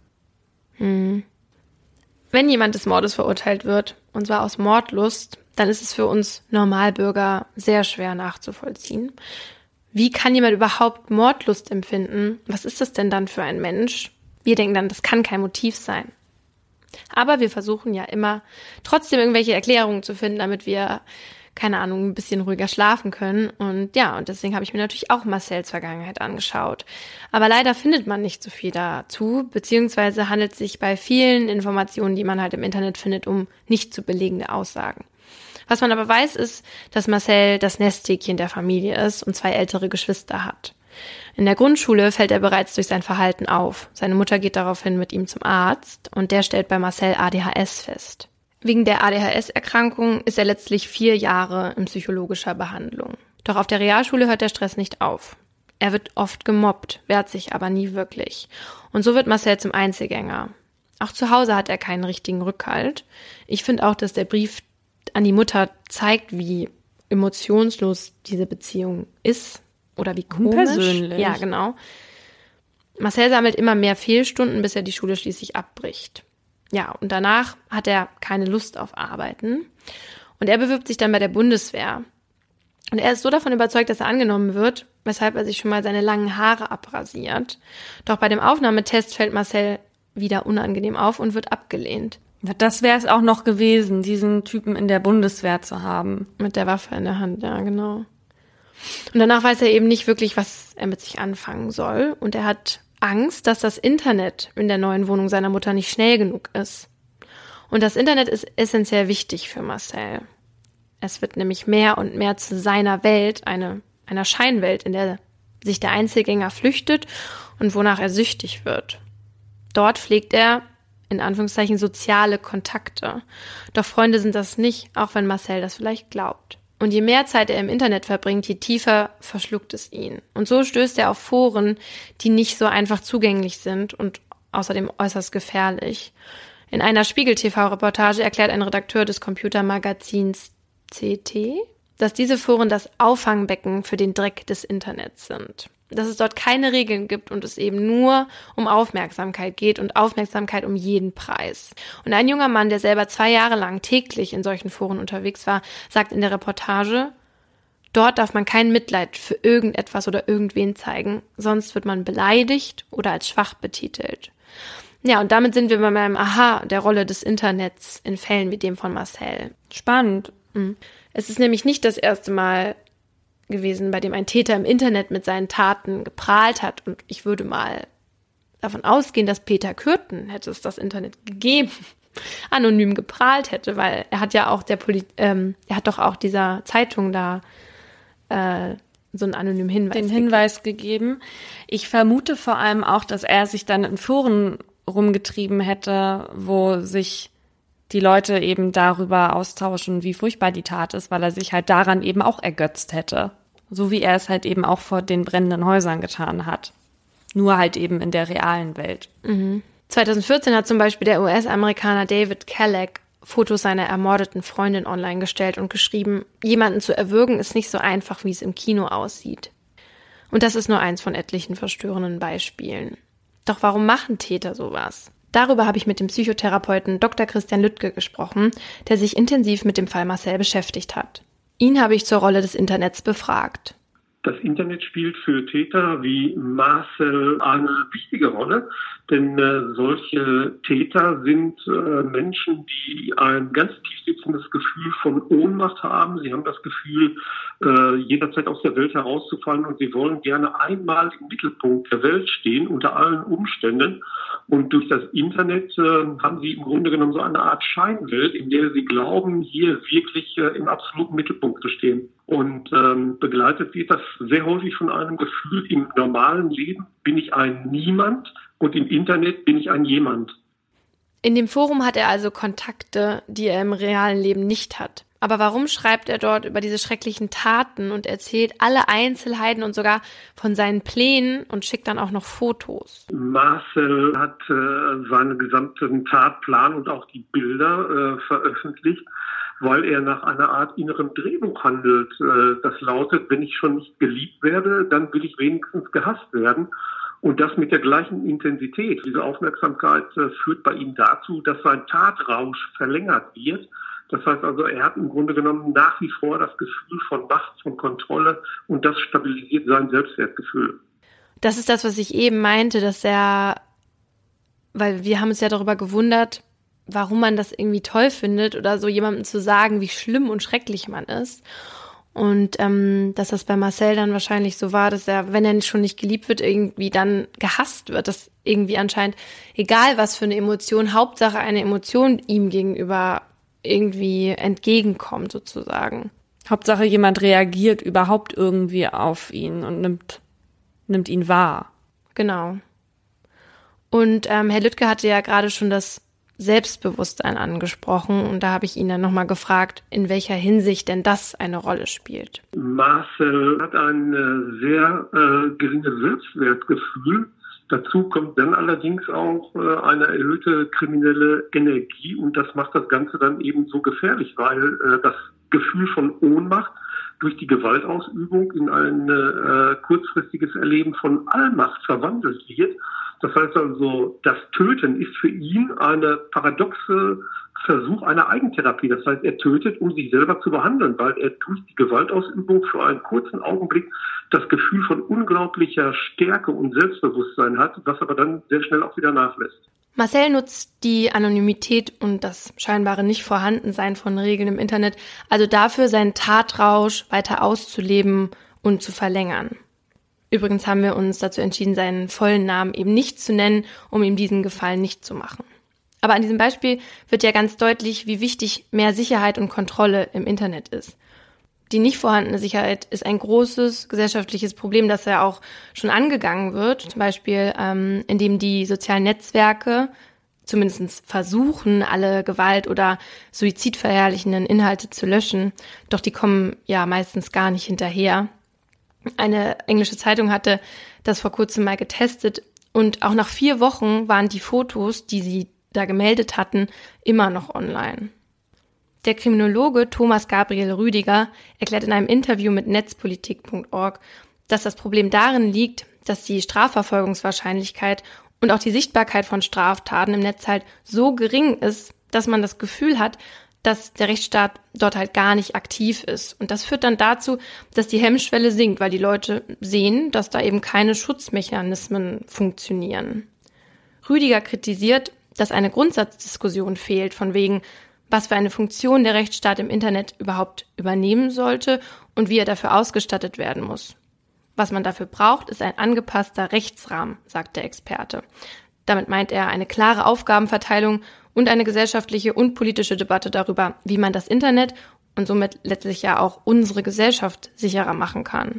Speaker 2: Hm. Wenn jemand des Mordes verurteilt wird, und zwar aus Mordlust, dann ist es für uns Normalbürger sehr schwer nachzuvollziehen. Wie kann jemand überhaupt Mordlust empfinden? Was ist das denn dann für ein Mensch? Wir denken dann, das kann kein Motiv sein. Aber wir versuchen ja immer, trotzdem irgendwelche Erklärungen zu finden, damit wir, keine Ahnung, ein bisschen ruhiger schlafen können. Und ja, und deswegen habe ich mir natürlich auch Marcells Vergangenheit angeschaut. Aber leider findet man nicht so viel dazu, beziehungsweise handelt es sich bei vielen Informationen, die man halt im Internet findet, um nicht zu belegende Aussagen. Was man aber weiß, ist, dass Marcel das Nesthäkchen der Familie ist und zwei ältere Geschwister hat. In der Grundschule fällt er bereits durch sein Verhalten auf. Seine Mutter geht daraufhin mit ihm zum Arzt und der stellt bei Marcel A D H S fest. Wegen der A D H S-Erkrankung ist er letztlich vier Jahre in psychologischer Behandlung. Doch auf der Realschule hört der Stress nicht auf. Er wird oft gemobbt, wehrt sich aber nie wirklich. Und so wird Marcel zum Einzelgänger. Auch zu Hause hat er keinen richtigen Rückhalt. Ich finde auch, dass der Brief an die Mutter zeigt, wie emotionslos diese Beziehung ist. Oder wie komisch.
Speaker 1: Persönlich.
Speaker 2: Ja, genau. Marcel sammelt immer mehr Fehlstunden, bis er die Schule schließlich abbricht. Ja, und danach hat er keine Lust auf Arbeiten. Und er bewirbt sich dann bei der Bundeswehr. Und er ist so davon überzeugt, dass er angenommen wird, weshalb er sich schon mal seine langen Haare abrasiert. Doch bei dem Aufnahmetest fällt Marcel wieder unangenehm auf und wird abgelehnt.
Speaker 1: Das wäre es auch noch gewesen, diesen Typen in der Bundeswehr zu haben.
Speaker 2: Mit der Waffe in der Hand, ja, genau. Und danach weiß er eben nicht wirklich, was er mit sich anfangen soll. Und er hat Angst, dass das Internet in der neuen Wohnung seiner Mutter nicht schnell genug ist. Und das Internet ist essentiell wichtig für Marcel. Es wird nämlich mehr und mehr zu seiner Welt, eine, einer Scheinwelt, in der sich der Einzelgänger flüchtet und wonach er süchtig wird. Dort pflegt er, in Anführungszeichen, soziale Kontakte. Doch Freunde sind das nicht, auch wenn Marcel das vielleicht glaubt. Und je mehr Zeit er im Internet verbringt, je tiefer verschluckt es ihn. Und so stößt er auf Foren, die nicht so einfach zugänglich sind und außerdem äußerst gefährlich. In einer Spiegel-T V-Reportage erklärt ein Redakteur des Computermagazins C T, dass diese Foren das Auffangbecken für den Dreck des Internets sind. Dass es dort keine Regeln gibt und es eben nur um Aufmerksamkeit geht und Aufmerksamkeit um jeden Preis. Und ein junger Mann, der selber zwei Jahre lang täglich in solchen Foren unterwegs war, sagt in der Reportage, dort darf man kein Mitleid für irgendetwas oder irgendwen zeigen, sonst wird man beleidigt oder als schwach betitelt. Ja, und damit sind wir bei meinem Aha der Rolle des Internets in Fällen wie dem von Marcel.
Speaker 1: Spannend.
Speaker 2: Es ist nämlich nicht das erste Mal gewesen, bei dem ein Täter im Internet mit seinen Taten geprahlt hat. Und ich würde mal davon ausgehen, dass Peter Kürten, hätte es das Internet gegeben, anonym geprahlt hätte, weil er hat ja auch der Poli- ähm, er hat doch auch dieser Zeitung da äh, so einen anonymen Hinweis
Speaker 1: Den Hinweis gegeben. Ich vermute vor allem auch, dass er sich dann in Foren rumgetrieben hätte, wo sich die Leute eben darüber austauschen, wie furchtbar die Tat ist, weil er sich halt daran eben auch ergötzt hätte. So wie er es halt eben auch vor den brennenden Häusern getan hat. Nur halt eben in der realen Welt.
Speaker 2: Mhm. zwanzig vierzehn hat zum Beispiel der U S-Amerikaner David Kellogg Fotos seiner ermordeten Freundin online gestellt und geschrieben, jemanden zu erwürgen ist nicht so einfach, wie es im Kino aussieht. Und das ist nur eins von etlichen verstörenden Beispielen. Doch warum machen Täter sowas? Darüber habe ich mit dem Psychotherapeuten Doktor Christian Lüttke gesprochen, der sich intensiv mit dem Fall Marcel beschäftigt hat. Ihn habe ich zur Rolle des Internets befragt.
Speaker 3: Das Internet spielt für Täter wie Marcel eine wichtige Rolle, denn äh, solche Täter sind äh, Menschen, die ein ganz tief sitzendes Gefühl von Ohnmacht haben. Sie haben das Gefühl, äh, jederzeit aus der Welt herauszufallen und sie wollen gerne einmal im Mittelpunkt der Welt stehen, unter allen Umständen. Und durch das Internet äh, haben sie im Grunde genommen so eine Art Scheinwelt, in der sie glauben, hier wirklich äh, im absoluten Mittelpunkt zu stehen. Und ähm, begleitet wird das sehr häufig von einem Gefühl, im normalen Leben bin ich ein Niemand und im Internet bin ich ein Jemand.
Speaker 2: In dem Forum hat er also Kontakte, die er im realen Leben nicht hat. Aber warum schreibt er dort über diese schrecklichen Taten und erzählt alle Einzelheiten und sogar von seinen Plänen und schickt dann auch noch Fotos?
Speaker 3: Marcel hat äh, seinen gesamten Tatplan und auch die Bilder äh, veröffentlicht, weil er nach einer Art innerem Drehbuch handelt. Äh, das lautet, wenn ich schon nicht geliebt werde, dann will ich wenigstens gehasst werden. Und das mit der gleichen Intensität. Diese Aufmerksamkeit äh, führt bei ihm dazu, dass sein Tatrausch verlängert wird. Das heißt also, er hat im Grunde genommen nach wie vor das Gefühl von Macht, von Kontrolle und das stabilisiert sein Selbstwertgefühl.
Speaker 2: Das ist das, was ich eben meinte, dass er, weil wir haben uns ja darüber gewundert, warum man das irgendwie toll findet oder so jemandem zu sagen, wie schlimm und schrecklich man ist. Und ähm, dass das bei Marcel dann wahrscheinlich so war, dass er, wenn er schon nicht geliebt wird, irgendwie dann gehasst wird. Dass irgendwie anscheinend, egal was für eine Emotion, Hauptsache eine Emotion ihm gegenüber irgendwie entgegenkommt sozusagen.
Speaker 1: Hauptsache jemand reagiert überhaupt irgendwie auf ihn und nimmt, nimmt ihn wahr.
Speaker 2: Genau. Und ähm, Herr Lüttke hatte ja gerade schon das Selbstbewusstsein angesprochen und da habe ich ihn dann nochmal gefragt, in welcher Hinsicht denn das eine Rolle spielt.
Speaker 3: Marcel hat ein äh, sehr äh, geringes Selbstwertgefühl. Dazu kommt dann allerdings auch äh, eine erhöhte kriminelle Energie und das macht das Ganze dann eben so gefährlich, weil äh, das Gefühl von Ohnmacht durch die Gewaltausübung in ein äh, kurzfristiges Erleben von Allmacht verwandelt wird. Das heißt also, das Töten ist für ihn eine paradoxe Versuch einer Eigentherapie. Das heißt, er tötet, um sich selber zu behandeln, weil er durch die Gewaltausübung für einen kurzen Augenblick das Gefühl von unglaublicher Stärke und Selbstbewusstsein hat, was aber dann sehr schnell auch wieder nachlässt.
Speaker 2: Marcel nutzt die Anonymität und das scheinbare Nicht-Vorhandensein von Regeln im Internet also dafür, seinen Tatrausch weiter auszuleben und zu verlängern. Übrigens haben wir uns dazu entschieden, seinen vollen Namen eben nicht zu nennen, um ihm diesen Gefallen nicht zu machen. Aber an diesem Beispiel wird ja ganz deutlich, wie wichtig mehr Sicherheit und Kontrolle im Internet ist. Die nicht vorhandene Sicherheit ist ein großes gesellschaftliches Problem, das ja auch schon angegangen wird, zum Beispiel ähm, indem die sozialen Netzwerke zumindest versuchen, alle Gewalt- oder suizidverherrlichenden Inhalte zu löschen, doch die kommen ja meistens gar nicht hinterher. Eine englische Zeitung hatte das vor kurzem mal getestet und auch nach vier Wochen waren die Fotos, die sie da gemeldet hatten, immer noch online. Der Kriminologe Thomas Gabriel Rüdiger erklärt in einem Interview mit netzpolitik punkt org, dass das Problem darin liegt, dass die Strafverfolgungswahrscheinlichkeit und auch die Sichtbarkeit von Straftaten im Netz halt so gering ist, dass man das Gefühl hat, dass der Rechtsstaat dort halt gar nicht aktiv ist. Und das führt dann dazu, dass die Hemmschwelle sinkt, weil die Leute sehen, dass da eben keine Schutzmechanismen funktionieren. Rüdiger kritisiert, dass eine Grundsatzdiskussion fehlt, von wegen, was für eine Funktion der Rechtsstaat im Internet überhaupt übernehmen sollte und wie er dafür ausgestattet werden muss. Was man dafür braucht, ist ein angepasster Rechtsrahmen, sagt der Experte. Damit meint er eine klare Aufgabenverteilung und eine gesellschaftliche und politische Debatte darüber, wie man das Internet und somit letztlich ja auch unsere Gesellschaft sicherer machen kann.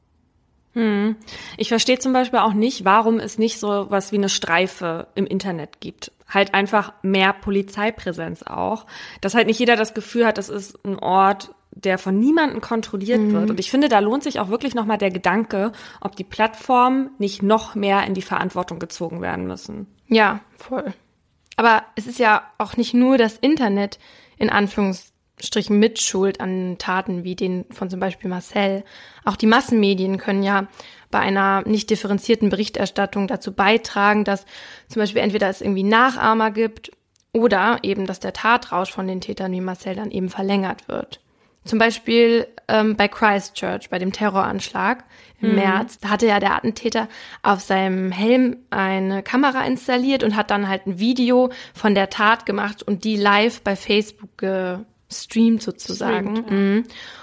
Speaker 1: Hm. Ich verstehe zum Beispiel auch nicht, warum es nicht so was wie eine Streife im Internet gibt. Halt einfach mehr Polizeipräsenz auch. Dass halt nicht jeder das Gefühl hat, das ist ein Ort, der von niemandem kontrolliert mhm. wird. Und ich finde, da lohnt sich auch wirklich nochmal der Gedanke, ob die Plattformen nicht noch mehr in die Verantwortung gezogen werden müssen.
Speaker 2: Ja, voll. Aber es ist ja auch nicht nur das Internet in Anführungsstrichen Mitschuld an Taten wie den von zum Beispiel Marcel. Auch die Massenmedien können ja bei einer nicht differenzierten Berichterstattung dazu beitragen, dass zum Beispiel entweder es irgendwie Nachahmer gibt oder eben, dass der Tatrausch von den Tätern wie Marcel dann eben verlängert wird. Zum Beispiel ähm, bei Christchurch, bei dem Terroranschlag im mhm. März, da hatte ja der Attentäter auf seinem Helm eine Kamera installiert und hat dann halt ein Video von der Tat gemacht und die live bei Facebook gestreamt sozusagen. Streamt, ja. mhm.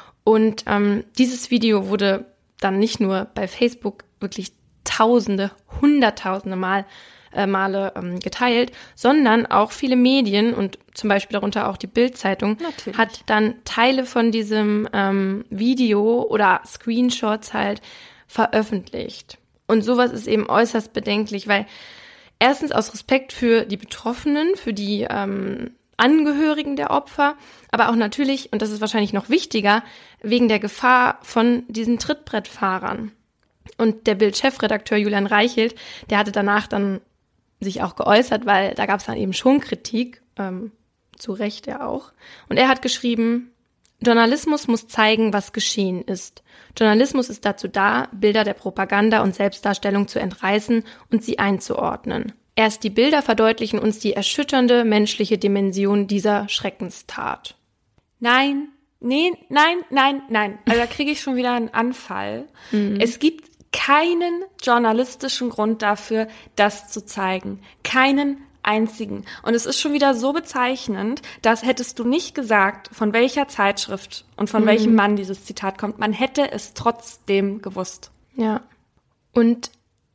Speaker 2: Und ähm, dieses Video wurde dann nicht nur bei Facebook wirklich Tausende, Hunderttausende Mal äh, Male ähm, geteilt, sondern auch viele Medien und zum Beispiel darunter auch die Bild-Zeitung Natürlich. Hat dann Teile von diesem ähm, Video oder Screenshots halt veröffentlicht. Und sowas ist eben äußerst bedenklich, weil erstens aus Respekt für die Betroffenen, für die ähm, Angehörigen der Opfer, aber auch natürlich, und das ist wahrscheinlich noch wichtiger, wegen der Gefahr von diesen Trittbrettfahrern. Und der Bild-Chefredakteur Julian Reichelt, der hatte danach dann sich auch geäußert, weil da gab es dann eben schon Kritik, ähm, zu Recht ja auch. Und er hat geschrieben, Journalismus muss zeigen, was geschehen ist. Journalismus ist dazu da, Bilder der Propaganda und Selbstdarstellung zu entreißen und sie einzuordnen. Erst die Bilder verdeutlichen uns die erschütternde menschliche Dimension dieser Schreckenstat.
Speaker 1: Nein, nee, nein, nein, nein. Also da kriege ich schon wieder einen Anfall. Mhm. Es gibt keinen journalistischen Grund dafür, das zu zeigen. Keinen einzigen. Und es ist schon wieder so bezeichnend, dass hättest du nicht gesagt, von welcher Zeitschrift und von mhm. welchem Mann dieses Zitat kommt, man hätte es trotzdem gewusst.
Speaker 2: Ja. Und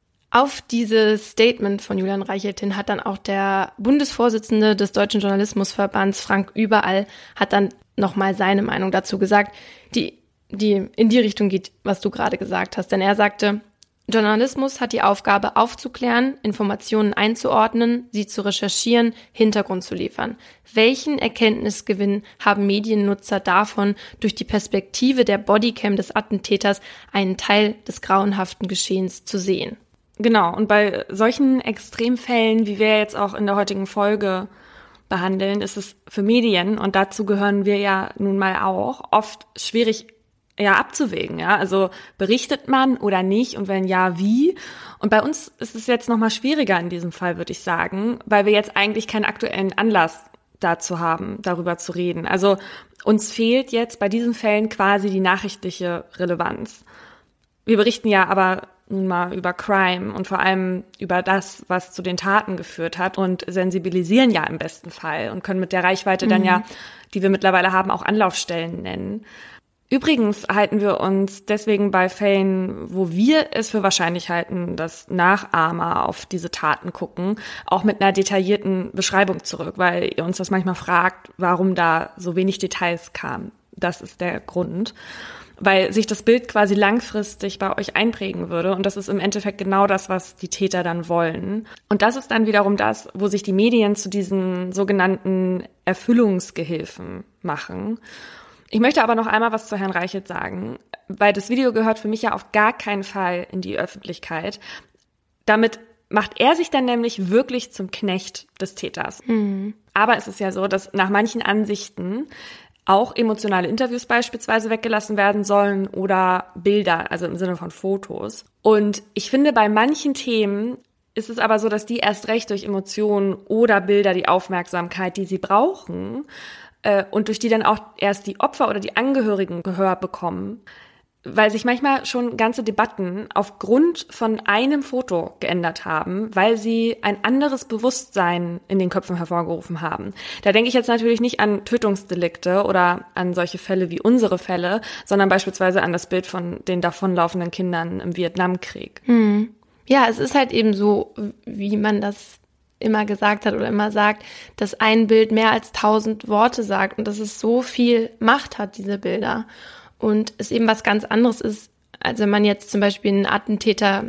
Speaker 2: auf dieses Statement von Julian Reichelt hin hat dann auch der Bundesvorsitzende des Deutschen Journalismusverbands, Frank Überall, hat dann nochmal seine Meinung dazu gesagt, die die in die Richtung geht, was du gerade gesagt hast. Denn er sagte, Journalismus hat die Aufgabe aufzuklären, Informationen einzuordnen, sie zu recherchieren, Hintergrund zu liefern. Welchen Erkenntnisgewinn haben Mediennutzer davon, durch die Perspektive der Bodycam des Attentäters einen Teil des grauenhaften Geschehens zu sehen?
Speaker 1: Genau, und bei solchen Extremfällen, wie wir jetzt auch in der heutigen Folge behandeln, ist es für Medien, und dazu gehören wir ja nun mal auch, oft schwierig ja abzuwägen, ja, also berichtet man oder nicht und wenn ja, wie? Und bei uns ist es jetzt nochmal schwieriger in diesem Fall, würde ich sagen, weil wir jetzt eigentlich keinen aktuellen Anlass dazu haben, darüber zu reden. Also uns fehlt jetzt bei diesen Fällen quasi die nachrichtliche Relevanz. Wir berichten ja aber nun mal über Crime und vor allem über das, was zu den Taten geführt hat und sensibilisieren ja im besten Fall und können mit der Reichweite mhm. dann ja, die wir mittlerweile haben, auch Anlaufstellen nennen. Übrigens halten wir uns deswegen bei Fällen, wo wir es für wahrscheinlich halten, dass Nachahmer auf diese Taten gucken, auch mit einer detaillierten Beschreibung zurück, weil ihr uns das manchmal fragt, warum da so wenig Details kamen. Das ist der Grund, weil sich das Bild quasi langfristig bei euch einprägen würde und das ist im Endeffekt genau das, was die Täter dann wollen. Und das ist dann wiederum das, wo sich die Medien zu diesen sogenannten Erfüllungsgehilfen machen. Ich möchte aber noch einmal was zu Herrn Reichelt sagen, weil das Video gehört für mich ja auf gar keinen Fall in die Öffentlichkeit. Damit macht er sich dann nämlich wirklich zum Knecht des Täters. Mhm. Aber es ist ja so, dass nach manchen Ansichten auch emotionale Interviews beispielsweise weggelassen werden sollen oder Bilder, also im Sinne von Fotos. Und ich finde, bei manchen Themen ist es aber so, dass die erst recht durch Emotionen oder Bilder die Aufmerksamkeit, die sie brauchen, und durch die dann auch erst die Opfer oder die Angehörigen Gehör bekommen, weil sich manchmal schon ganze Debatten aufgrund von einem Foto geändert haben, weil sie ein anderes Bewusstsein in den Köpfen hervorgerufen haben. Da denke ich jetzt natürlich nicht an Tötungsdelikte oder an solche Fälle wie unsere Fälle, sondern beispielsweise an das Bild von den davonlaufenden Kindern im Vietnamkrieg.
Speaker 2: Hm. Ja, es ist halt eben so, wie man das immer gesagt hat oder immer sagt, dass ein Bild mehr als tausend Worte sagt und dass es so viel Macht hat, diese Bilder. Und es eben was ganz anderes ist, als wenn man jetzt zum Beispiel einen Attentäter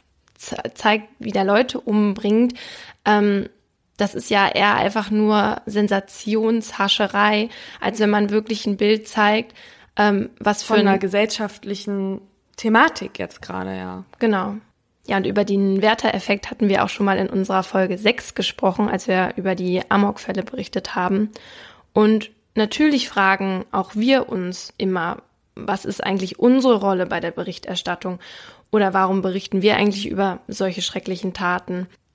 Speaker 2: ze- zeigt, wie der Leute umbringt. Ähm, das ist ja eher einfach nur Sensationshascherei, als wenn man wirklich ein Bild zeigt, ähm, was für
Speaker 1: von einer gesellschaftlichen Thematik jetzt gerade, ja.
Speaker 2: Genau. Ja, und über den Werther-Effekt hatten wir auch schon mal in unserer Folge sechs gesprochen, als wir über die Amok-Fälle berichtet haben. Und natürlich fragen auch wir uns immer, was ist eigentlich unsere Rolle bei der Berichterstattung? Oder warum berichten wir eigentlich über solche schrecklichen Taten?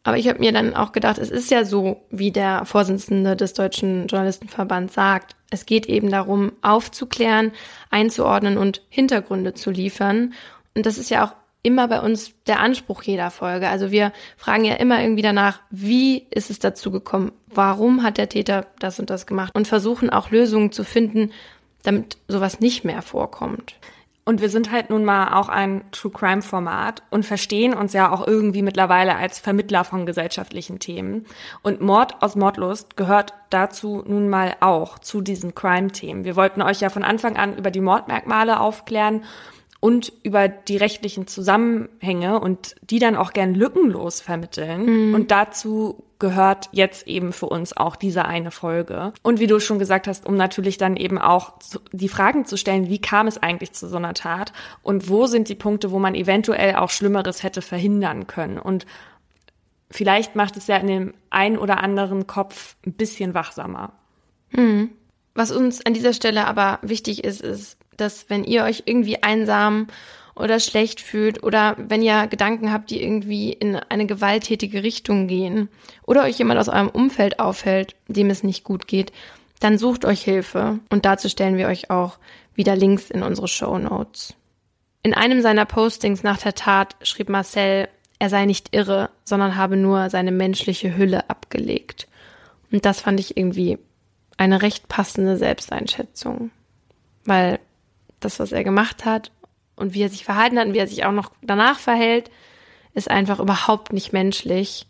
Speaker 2: Aber ich habe mir dann auch gedacht, es ist ja so, wie der Vorsitzende des Deutschen Journalistenverbands sagt. Es geht eben darum, aufzuklären, einzuordnen und Hintergründe zu liefern. Und das ist ja auch immer bei uns der Anspruch jeder Folge. Also wir fragen ja immer irgendwie danach, wie ist es dazu gekommen? Warum hat der Täter das und das gemacht? Und versuchen auch Lösungen zu finden, damit sowas nicht mehr vorkommt.
Speaker 1: Und wir sind halt nun mal auch ein True-Crime-Format und verstehen uns ja auch irgendwie mittlerweile als Vermittler von gesellschaftlichen Themen. Und Mord aus Mordlust gehört dazu nun mal auch, zu diesen Crime-Themen. Wir wollten euch ja von Anfang an über die Mordmerkmale aufklären und über die rechtlichen Zusammenhänge und die dann auch gern lückenlos vermitteln. Mhm. Und dazu gehört jetzt eben für uns auch diese eine Folge. Und wie du schon gesagt hast, um natürlich dann eben auch die Fragen zu stellen, wie kam es eigentlich zu so einer Tat und wo sind die Punkte, wo man eventuell auch Schlimmeres hätte verhindern können. Und vielleicht macht es ja in dem einen oder anderen Kopf ein bisschen wachsamer.
Speaker 2: Mhm. Was uns an dieser Stelle aber wichtig ist, ist, dass wenn ihr euch irgendwie einsam oder schlecht fühlt oder wenn ihr Gedanken habt, die irgendwie in eine gewalttätige Richtung gehen oder euch jemand aus eurem Umfeld aufhält, dem es nicht gut geht, dann sucht euch Hilfe. Und dazu stellen wir euch auch wieder Links in unsere Shownotes. In einem seiner Postings nach der Tat schrieb Marcel, er sei nicht irre, sondern habe nur seine menschliche Hülle abgelegt. Und das fand ich irgendwie eine recht passende Selbsteinschätzung, weil das, was er gemacht hat und wie er sich verhalten hat und wie er sich auch noch danach verhält, ist einfach überhaupt nicht menschlich.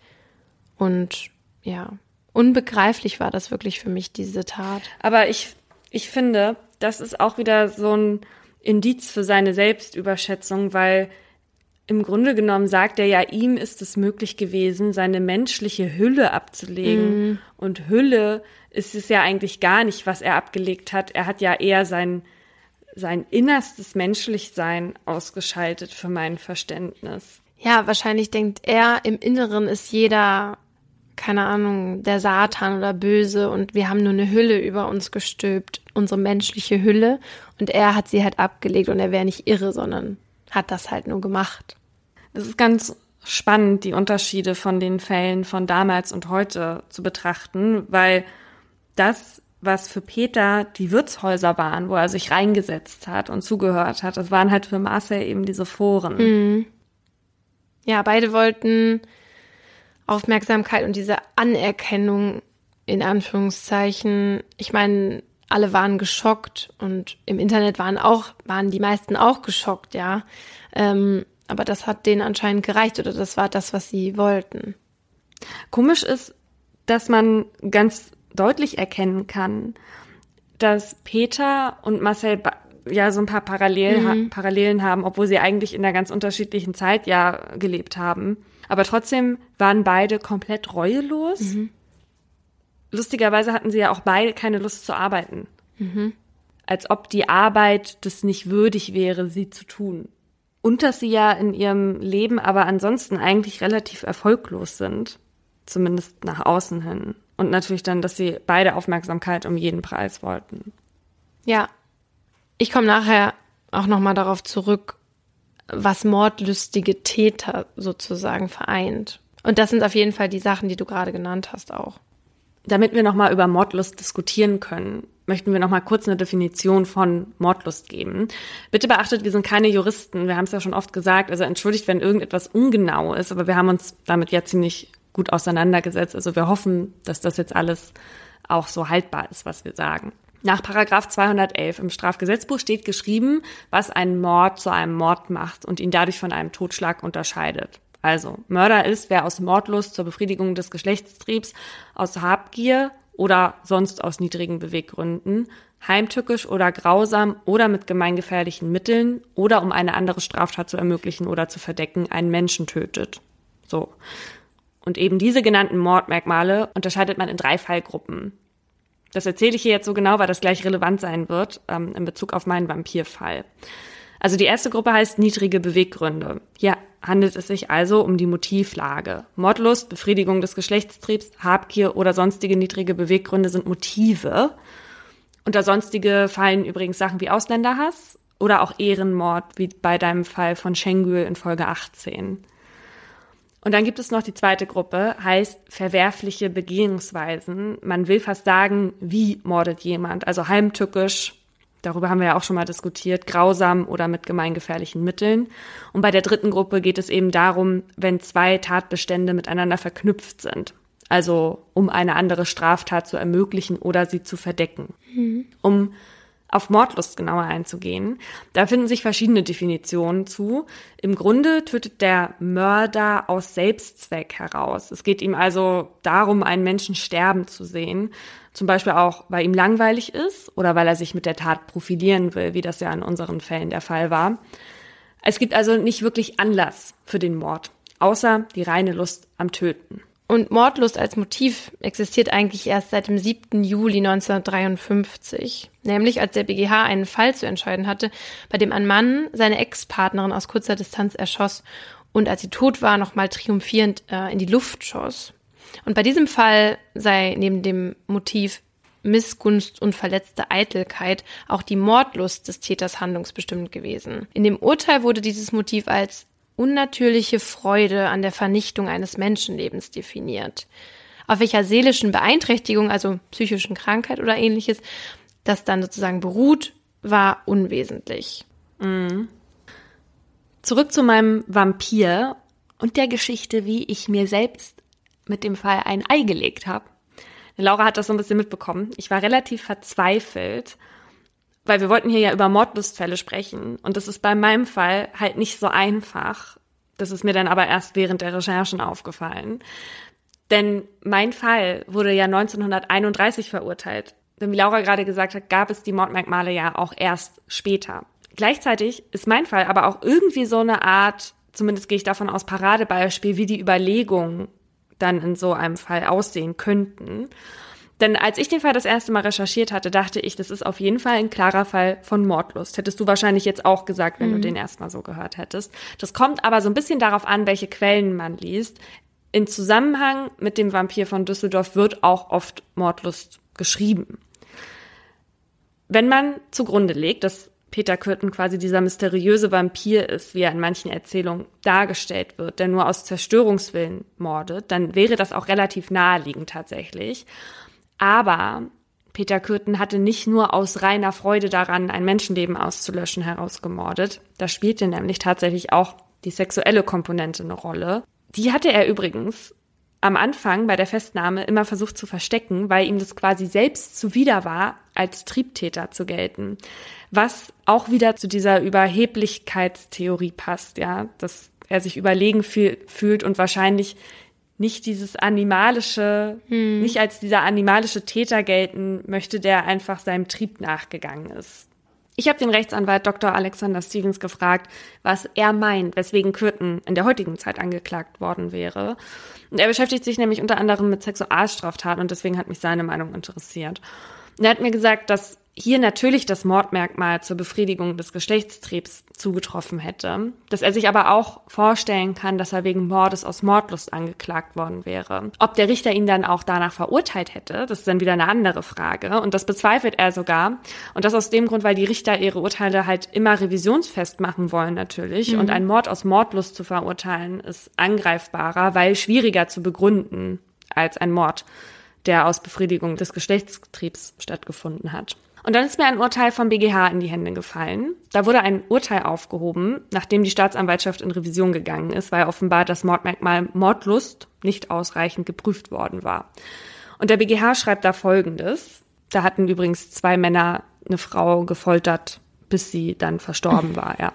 Speaker 2: Und ja, unbegreiflich war das wirklich für mich, diese Tat.
Speaker 1: Aber ich, ich finde, das ist auch wieder so ein Indiz für seine Selbstüberschätzung, weil im Grunde genommen sagt er ja, ihm ist es möglich gewesen, seine menschliche Hülle abzulegen. Mhm. Und Hülle ist es ja eigentlich gar nicht, was er abgelegt hat. Er hat ja eher sein sein innerstes Menschlichsein ausgeschaltet für mein Verständnis.
Speaker 2: Ja, wahrscheinlich denkt er, im Inneren ist jeder, keine Ahnung, der Satan oder böse und wir haben nur eine Hülle über uns gestülpt, unsere menschliche Hülle, und er hat sie halt abgelegt und er wäre nicht irre, sondern hat das halt nur gemacht.
Speaker 1: Es ist ganz spannend, die Unterschiede von den Fällen von damals und heute zu betrachten, weil das, was für Peter die Wirtshäuser waren, wo er sich reingesetzt hat und zugehört hat, das waren halt für Marcel eben diese Foren.
Speaker 2: Mhm. Ja, beide wollten Aufmerksamkeit und diese Anerkennung in Anführungszeichen. Ich meine, alle waren geschockt und im Internet waren auch, waren die meisten auch geschockt, ja. Ähm, aber das hat denen anscheinend gereicht oder das war das, was sie wollten.
Speaker 1: Komisch ist, dass man ganz deutlich erkennen kann, dass Peter und Marcel ba- ja so ein paar Parallel-
Speaker 2: mhm.
Speaker 1: Parallelen haben, obwohl sie eigentlich in einer ganz unterschiedlichen Zeit ja gelebt haben. Aber trotzdem waren beide komplett reuelos. Mhm. Lustigerweise hatten sie ja auch beide keine Lust zu arbeiten.
Speaker 2: Mhm.
Speaker 1: Als ob die Arbeit das nicht würdig wäre, sie zu tun. Und dass sie ja in ihrem Leben aber ansonsten eigentlich relativ erfolglos sind. Zumindest nach außen hin. Und natürlich dann, dass sie beide Aufmerksamkeit um jeden Preis wollten.
Speaker 2: Ja, ich komme nachher auch nochmal darauf zurück, was mordlustige Täter sozusagen vereint. Und das sind auf jeden Fall die Sachen, die du gerade genannt hast auch.
Speaker 1: Damit wir nochmal über Mordlust diskutieren können, möchten wir nochmal kurz eine Definition von Mordlust geben. Bitte beachtet, wir sind keine Juristen, wir haben es ja schon oft gesagt, also entschuldigt, wenn irgendetwas ungenau ist, aber wir haben uns damit ja ziemlich gut auseinandergesetzt. Also wir hoffen, dass das jetzt alles auch so haltbar ist, was wir sagen. Nach Paragraph zweihundertelf im Strafgesetzbuch steht geschrieben, was einen Mord zu einem Mord macht und ihn dadurch von einem Totschlag unterscheidet. Also, Mörder ist, wer aus Mordlust zur Befriedigung des Geschlechtstriebs, aus Habgier oder sonst aus niedrigen Beweggründen, heimtückisch oder grausam oder mit gemeingefährlichen Mitteln oder um eine andere Straftat zu ermöglichen oder zu verdecken, einen Menschen tötet. So. Und eben diese genannten Mordmerkmale unterscheidet man in drei Fallgruppen. Das erzähle ich hier jetzt so genau, weil das gleich relevant sein wird ähm, in Bezug auf meinen Vampirfall. Also die erste Gruppe heißt niedrige Beweggründe. Hier handelt es sich also um die Motivlage. Mordlust, Befriedigung des Geschlechtstriebs, Habgier oder sonstige niedrige Beweggründe sind Motive. Unter sonstige fallen übrigens Sachen wie Ausländerhass oder auch Ehrenmord, wie bei deinem Fall von Şengül in Folge achtzehn. Und dann gibt es noch die zweite Gruppe, heißt verwerfliche Begehungsweisen. Man will fast sagen, wie mordet jemand, also heimtückisch, darüber haben wir ja auch schon mal diskutiert, grausam oder mit gemeingefährlichen Mitteln. Und bei der dritten Gruppe geht es eben darum, wenn zwei Tatbestände miteinander verknüpft sind, also um eine andere Straftat zu ermöglichen oder sie zu verdecken. Mhm. Um auf Mordlust genauer einzugehen, da finden sich verschiedene Definitionen zu. Im Grunde tötet der Mörder aus Selbstzweck heraus. Es geht ihm also darum, einen Menschen sterben zu sehen. Zum Beispiel auch, weil ihm langweilig ist oder weil er sich mit der Tat profilieren will, wie das ja in unseren Fällen der Fall war. Es gibt also nicht wirklich Anlass für den Mord, außer die reine Lust am Töten.
Speaker 2: Und Mordlust als Motiv existiert eigentlich erst seit dem siebten Juli neunzehnhundertdreiundfünfzig. Nämlich als der B G H einen Fall zu entscheiden hatte, bei dem ein Mann seine Ex-Partnerin aus kurzer Distanz erschoss und als sie tot war, nochmal triumphierend äh, in die Luft schoss. Und bei diesem Fall sei neben dem Motiv Missgunst und verletzte Eitelkeit auch die Mordlust des Täters handlungsbestimmend gewesen. In dem Urteil wurde dieses Motiv als unnatürliche Freude an der Vernichtung eines Menschenlebens definiert. Auf welcher seelischen Beeinträchtigung, also psychischen Krankheit oder ähnliches, das dann sozusagen beruht, war unwesentlich.
Speaker 1: Mhm. Zurück zu meinem Vampir und der Geschichte, wie ich mir selbst mit dem Fall ein Ei gelegt habe. Laura hat das so ein bisschen mitbekommen. Ich war relativ verzweifelt, weil wir wollten hier ja über Mordlustfälle sprechen. Und das ist bei meinem Fall halt nicht so einfach. Das ist mir dann aber erst während der Recherchen aufgefallen. Denn mein Fall wurde ja neunzehnhunderteinunddreißig verurteilt. Denn wie Laura gerade gesagt hat, gab es die Mordmerkmale ja auch erst später. Gleichzeitig ist mein Fall aber auch irgendwie so eine Art, zumindest gehe ich davon aus, Paradebeispiel, wie die Überlegungen dann in so einem Fall aussehen könnten. Denn als ich den Fall das erste Mal recherchiert hatte, dachte ich, das ist auf jeden Fall ein klarer Fall von Mordlust. Hättest du wahrscheinlich jetzt auch gesagt, wenn mhm. du den erstmal so gehört hättest. Das kommt aber so ein bisschen darauf an, welche Quellen man liest. In Zusammenhang mit dem Vampir von Düsseldorf wird auch oft Mordlust geschrieben. Wenn man zugrunde legt, dass Peter Kürten quasi dieser mysteriöse Vampir ist, wie er in manchen Erzählungen dargestellt wird, der nur aus Zerstörungswillen mordet, dann wäre das auch relativ naheliegend tatsächlich. Aber Peter Kürten hatte nicht nur aus reiner Freude daran, ein Menschenleben auszulöschen, herausgemordet. Da spielte nämlich tatsächlich auch die sexuelle Komponente eine Rolle. Die hatte er übrigens am Anfang bei der Festnahme immer versucht zu verstecken, weil ihm das quasi selbst zuwider war, als Triebtäter zu gelten. Was auch wieder zu dieser Überheblichkeitstheorie passt, ja, dass er sich überlegen fühl- fühlt und wahrscheinlich nicht dieses animalische, hm. nicht als dieser animalische Täter gelten möchte, der einfach seinem Trieb nachgegangen ist. Ich habe den Rechtsanwalt Doktor Alexander Stevens gefragt, was er meint, weswegen Kürten in der heutigen Zeit angeklagt worden wäre. Und er beschäftigt sich nämlich unter anderem mit Sexualstraftaten und deswegen hat mich seine Meinung interessiert. Und er hat mir gesagt, dass hier natürlich das Mordmerkmal zur Befriedigung des Geschlechtstriebs zugetroffen hätte, dass er sich aber auch vorstellen kann, dass er wegen Mordes aus Mordlust angeklagt worden wäre. Ob der Richter ihn dann auch danach verurteilt hätte, das ist dann wieder eine andere Frage und das bezweifelt er sogar und das aus dem Grund, weil die Richter ihre Urteile halt immer revisionsfest machen wollen natürlich mhm. und ein Mord aus Mordlust zu verurteilen ist angreifbarer, weil schwieriger zu begründen als ein Mord, der aus Befriedigung des Geschlechtstriebs stattgefunden hat. Und dann ist mir ein Urteil vom B G H in die Hände gefallen. Da wurde ein Urteil aufgehoben, nachdem die Staatsanwaltschaft in Revision gegangen ist, weil offenbar das Mordmerkmal Mordlust nicht ausreichend geprüft worden war. Und der B G H schreibt da Folgendes. Da hatten übrigens zwei Männer eine Frau gefoltert, bis sie dann verstorben war, ja.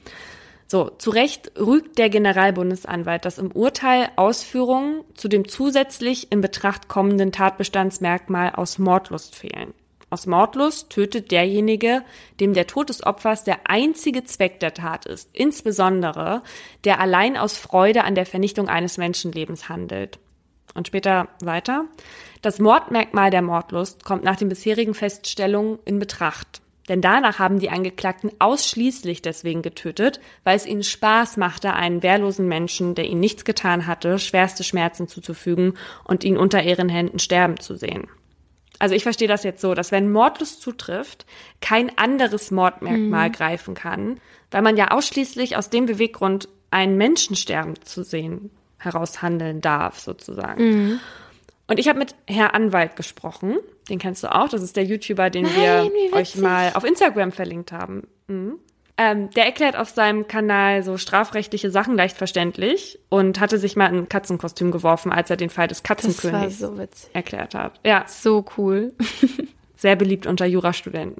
Speaker 1: So, zu Recht rügt der Generalbundesanwalt, dass im Urteil Ausführungen zu dem zusätzlich in Betracht kommenden Tatbestandsmerkmal aus Mordlust fehlen. Aus Mordlust tötet derjenige, dem der Tod des Opfers der einzige Zweck der Tat ist, insbesondere der allein aus Freude an der Vernichtung eines Menschenlebens handelt. Und später weiter. Das Mordmerkmal der Mordlust kommt nach den bisherigen Feststellungen in Betracht. Denn danach haben die Angeklagten ausschließlich deswegen getötet, weil es ihnen Spaß machte, einen wehrlosen Menschen, der ihnen nichts getan hatte, schwerste Schmerzen zuzufügen und ihn unter ihren Händen sterben zu sehen. Also ich verstehe das jetzt so, dass wenn Mordlust zutrifft, kein anderes Mordmerkmal mhm. greifen kann, weil man ja ausschließlich aus dem Beweggrund, einen Menschen sterben zu sehen, heraus handeln darf, sozusagen.
Speaker 2: Mhm.
Speaker 1: Und ich habe mit Herr Anwalt gesprochen. Den kennst du auch. Das ist der YouTuber, den
Speaker 2: Nein,
Speaker 1: wir euch mal auf Instagram verlinkt haben. Mhm. Ähm, der erklärt auf seinem Kanal so strafrechtliche Sachen leicht verständlich und hatte sich mal in ein Katzenkostüm geworfen, als er den Fall des Katzenkönigs
Speaker 2: so witzig.
Speaker 1: erklärt hat. Ja,
Speaker 2: So cool.
Speaker 1: sehr beliebt unter Jurastudenten.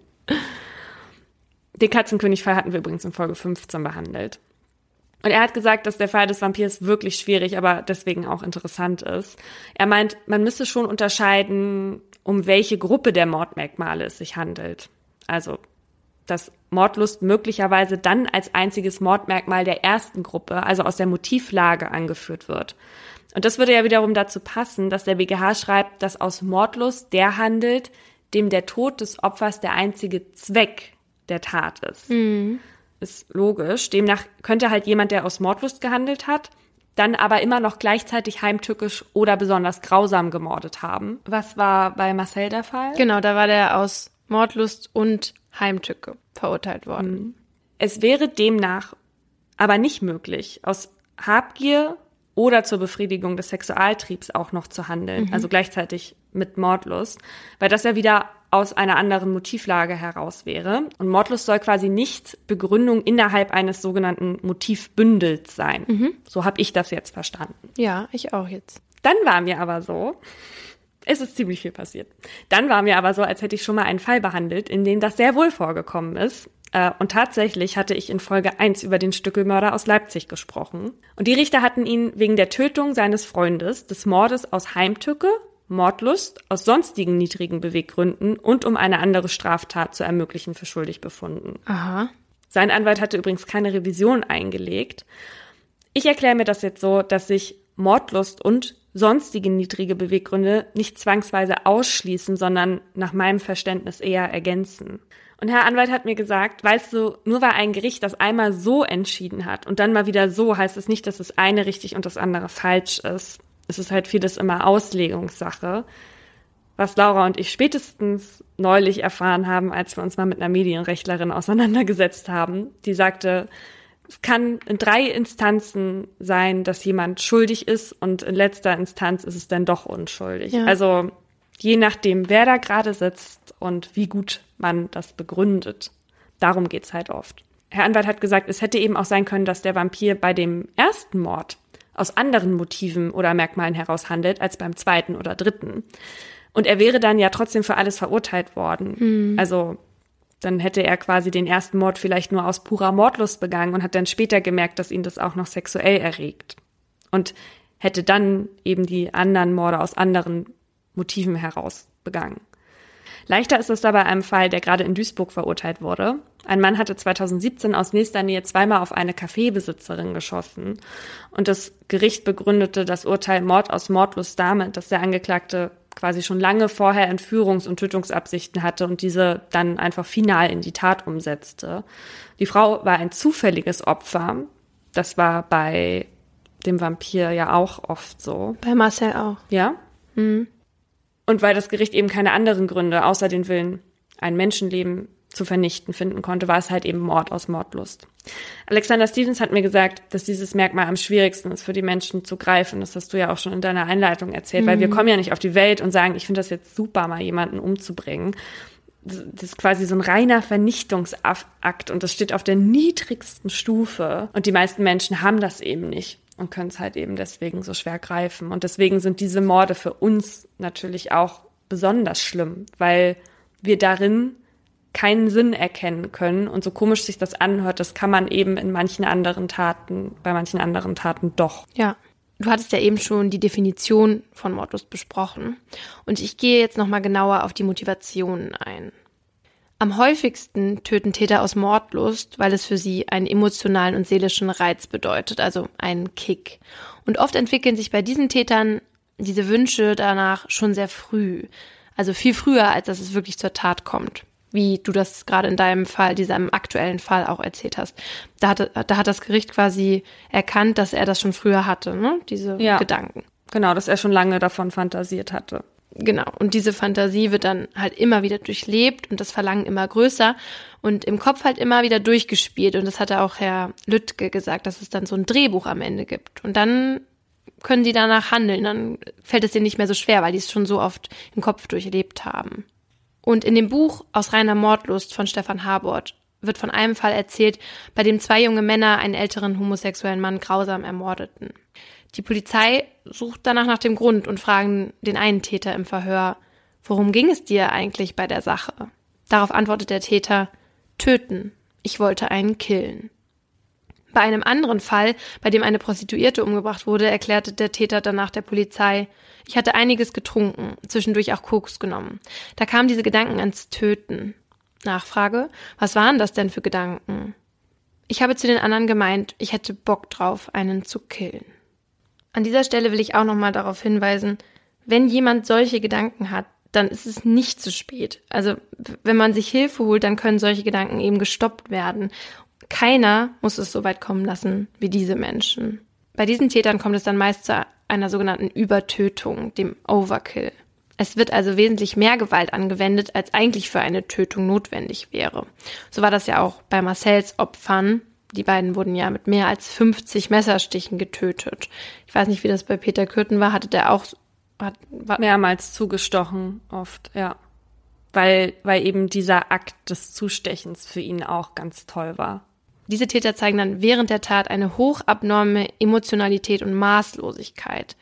Speaker 1: Den Katzenkönig-Fall hatten wir übrigens in Folge fünfzehn behandelt. Und er hat gesagt, dass der Fall des Vampirs wirklich schwierig, aber deswegen auch interessant ist. Er meint, man müsste schon unterscheiden, um welche Gruppe der Mordmerkmale es sich handelt. Also, dass Mordlust möglicherweise dann als einziges Mordmerkmal der ersten Gruppe, also aus der Motivlage, angeführt wird. Und das würde ja wiederum dazu passen, dass der B G H schreibt, dass aus Mordlust der handelt, dem der Tod des Opfers der einzige Zweck der Tat ist.
Speaker 2: Mhm.
Speaker 1: Ist logisch. Demnach könnte halt jemand, der aus Mordlust gehandelt hat, dann aber immer noch gleichzeitig heimtückisch oder besonders grausam gemordet haben. Was war bei Marcel der Fall?
Speaker 2: Genau, da war der aus Mordlust und Heimtücke verurteilt worden.
Speaker 1: Es wäre demnach aber nicht möglich, aus Habgier oder zur Befriedigung des Sexualtriebs auch noch zu handeln, mhm. also gleichzeitig mit Mordlust, weil das ja wieder aus einer anderen Motivlage heraus wäre. Und Mordlust soll quasi nicht Begründung innerhalb eines sogenannten Motivbündels sein. Mhm. So habe ich das jetzt verstanden.
Speaker 2: Ja, ich auch jetzt.
Speaker 1: Dann war mir aber so, es ist ziemlich viel passiert. Dann war mir aber so, als hätte ich schon mal einen Fall behandelt, in dem das sehr wohl vorgekommen ist. Und tatsächlich hatte ich in Folge eins über den Stückelmörder aus Leipzig gesprochen. Und die Richter hatten ihn wegen der Tötung seines Freundes, des Mordes aus Heimtücke, Mordlust, aus sonstigen niedrigen Beweggründen und um eine andere Straftat zu ermöglichen für schuldig befunden.
Speaker 2: Aha.
Speaker 1: Sein Anwalt hatte übrigens keine Revision eingelegt. Ich erkläre mir das jetzt so, dass sich Mordlust und sonstige niedrige Beweggründe nicht zwangsweise ausschließen, sondern nach meinem Verständnis eher ergänzen. Und Herr Anwalt hat mir gesagt, weißt du, nur weil ein Gericht das einmal so entschieden hat und dann mal wieder so, heißt es nicht, dass das eine richtig und das andere falsch ist. Es ist halt vieles immer Auslegungssache. Was Laura und ich spätestens neulich erfahren haben, als wir uns mal mit einer Medienrechtlerin auseinandergesetzt haben, die sagte, es kann in drei Instanzen sein, dass jemand schuldig ist und in letzter Instanz ist es dann doch unschuldig. Ja. Also je nachdem, wer da gerade sitzt und wie gut man das begründet. Darum geht's halt oft. Herr Anwalt hat gesagt, es hätte eben auch sein können, dass der Vampir bei dem ersten Mord aus anderen Motiven oder Merkmalen heraus handelt als beim zweiten oder dritten. Und er wäre dann ja trotzdem für alles verurteilt worden. Mhm. Also dann hätte er quasi den ersten Mord vielleicht nur aus purer Mordlust begangen und hat dann später gemerkt, dass ihn das auch noch sexuell erregt. Und hätte dann eben die anderen Morde aus anderen Motiven heraus begangen. Leichter ist es da bei einem Fall, der gerade in Duisburg verurteilt wurde. Ein Mann hatte zweitausendsiebzehn aus nächster Nähe zweimal auf eine Kaffeebesitzerin geschossen. Und das Gericht begründete das Urteil Mord aus Mordlust damit, dass der Angeklagte quasi schon lange vorher Entführungs- und Tötungsabsichten hatte und diese dann einfach final in die Tat umsetzte. Die Frau war ein zufälliges Opfer. Das war bei dem Vampir ja auch oft so.
Speaker 2: Bei Marcel auch.
Speaker 1: Ja?
Speaker 2: Mhm.
Speaker 1: Und weil das Gericht eben keine anderen Gründe außer den Willen, ein Menschenleben zu vernichten, finden konnte, war es halt eben Mord aus Mordlust. Alexander Stevens hat mir gesagt, dass dieses Merkmal am schwierigsten ist für die Menschen zu greifen. Das hast du ja auch schon in deiner Einleitung erzählt, mhm. weil wir kommen ja nicht auf die Welt und sagen, ich finde das jetzt super, mal jemanden umzubringen. Das ist quasi so ein reiner Vernichtungsakt und das steht auf der niedrigsten Stufe. Und die meisten Menschen haben das eben nicht und können es halt eben deswegen so schwer greifen. Und deswegen sind diese Morde für uns natürlich auch besonders schlimm, weil wir darin keinen Sinn erkennen können. Und so komisch sich das anhört, das kann man eben in manchen anderen Taten, bei manchen anderen Taten doch.
Speaker 2: Ja, du hattest ja eben schon die Definition von Mordlust besprochen. Und ich gehe jetzt nochmal genauer auf die Motivationen ein. Am häufigsten töten Täter aus Mordlust, weil es für sie einen emotionalen und seelischen Reiz bedeutet, also einen Kick. Und oft entwickeln sich bei diesen Tätern diese Wünsche danach schon sehr früh. Also viel früher, als dass es wirklich zur Tat kommt. Wie du das gerade in deinem Fall, diesem aktuellen Fall auch erzählt hast. Da hat, da hat das Gericht quasi erkannt, dass er das schon früher hatte, ne? Diese ja. Gedanken.
Speaker 1: Genau, dass er schon lange davon fantasiert hatte.
Speaker 2: Genau, und diese Fantasie wird dann halt immer wieder durchlebt und das Verlangen immer größer und im Kopf halt immer wieder durchgespielt. Und das hatte auch Herr Lüttke gesagt, dass es dann so ein Drehbuch am Ende gibt. Und dann können sie danach handeln, dann fällt es denen nicht mehr so schwer, weil die es schon so oft im Kopf durchlebt haben. Und in dem Buch Aus reiner Mordlust von Stefan Harbort wird von einem Fall erzählt, bei dem zwei junge Männer einen älteren homosexuellen Mann grausam ermordeten. Die Polizei sucht danach nach dem Grund und fragen den einen Täter im Verhör, worum ging es dir eigentlich bei der Sache? Darauf antwortet der Täter, töten, ich wollte einen killen. Bei einem anderen Fall, bei dem eine Prostituierte umgebracht wurde, erklärte der Täter danach der Polizei, ich hatte einiges getrunken, zwischendurch auch Koks genommen. Da kamen diese Gedanken ans Töten. Nachfrage, was waren das denn für Gedanken? Ich habe zu den anderen gemeint, ich hätte Bock drauf, einen zu killen. An dieser Stelle will ich auch nochmal darauf hinweisen, wenn jemand solche Gedanken hat, dann ist es nicht zu spät. Also wenn man sich Hilfe holt, dann können solche Gedanken eben gestoppt werden. Keiner muss es so weit kommen lassen wie diese Menschen. Bei diesen Tätern kommt es dann meist zu einer sogenannten Übertötung, dem Overkill. Es wird also wesentlich mehr Gewalt angewendet, als eigentlich für eine Tötung notwendig wäre. So war das ja auch bei Marcells Opfern. Die beiden wurden ja mit mehr als fünfzig Messerstichen getötet. Ich weiß nicht, wie das bei Peter Kürten war. Hatte der auch... Hat, war
Speaker 1: mehrmals zugestochen, oft, ja. Weil, weil eben dieser Akt des Zustechens für ihn auch ganz toll war.
Speaker 2: Diese Täter zeigen dann während der Tat eine hochabnorme Emotionalität und Maßlosigkeit.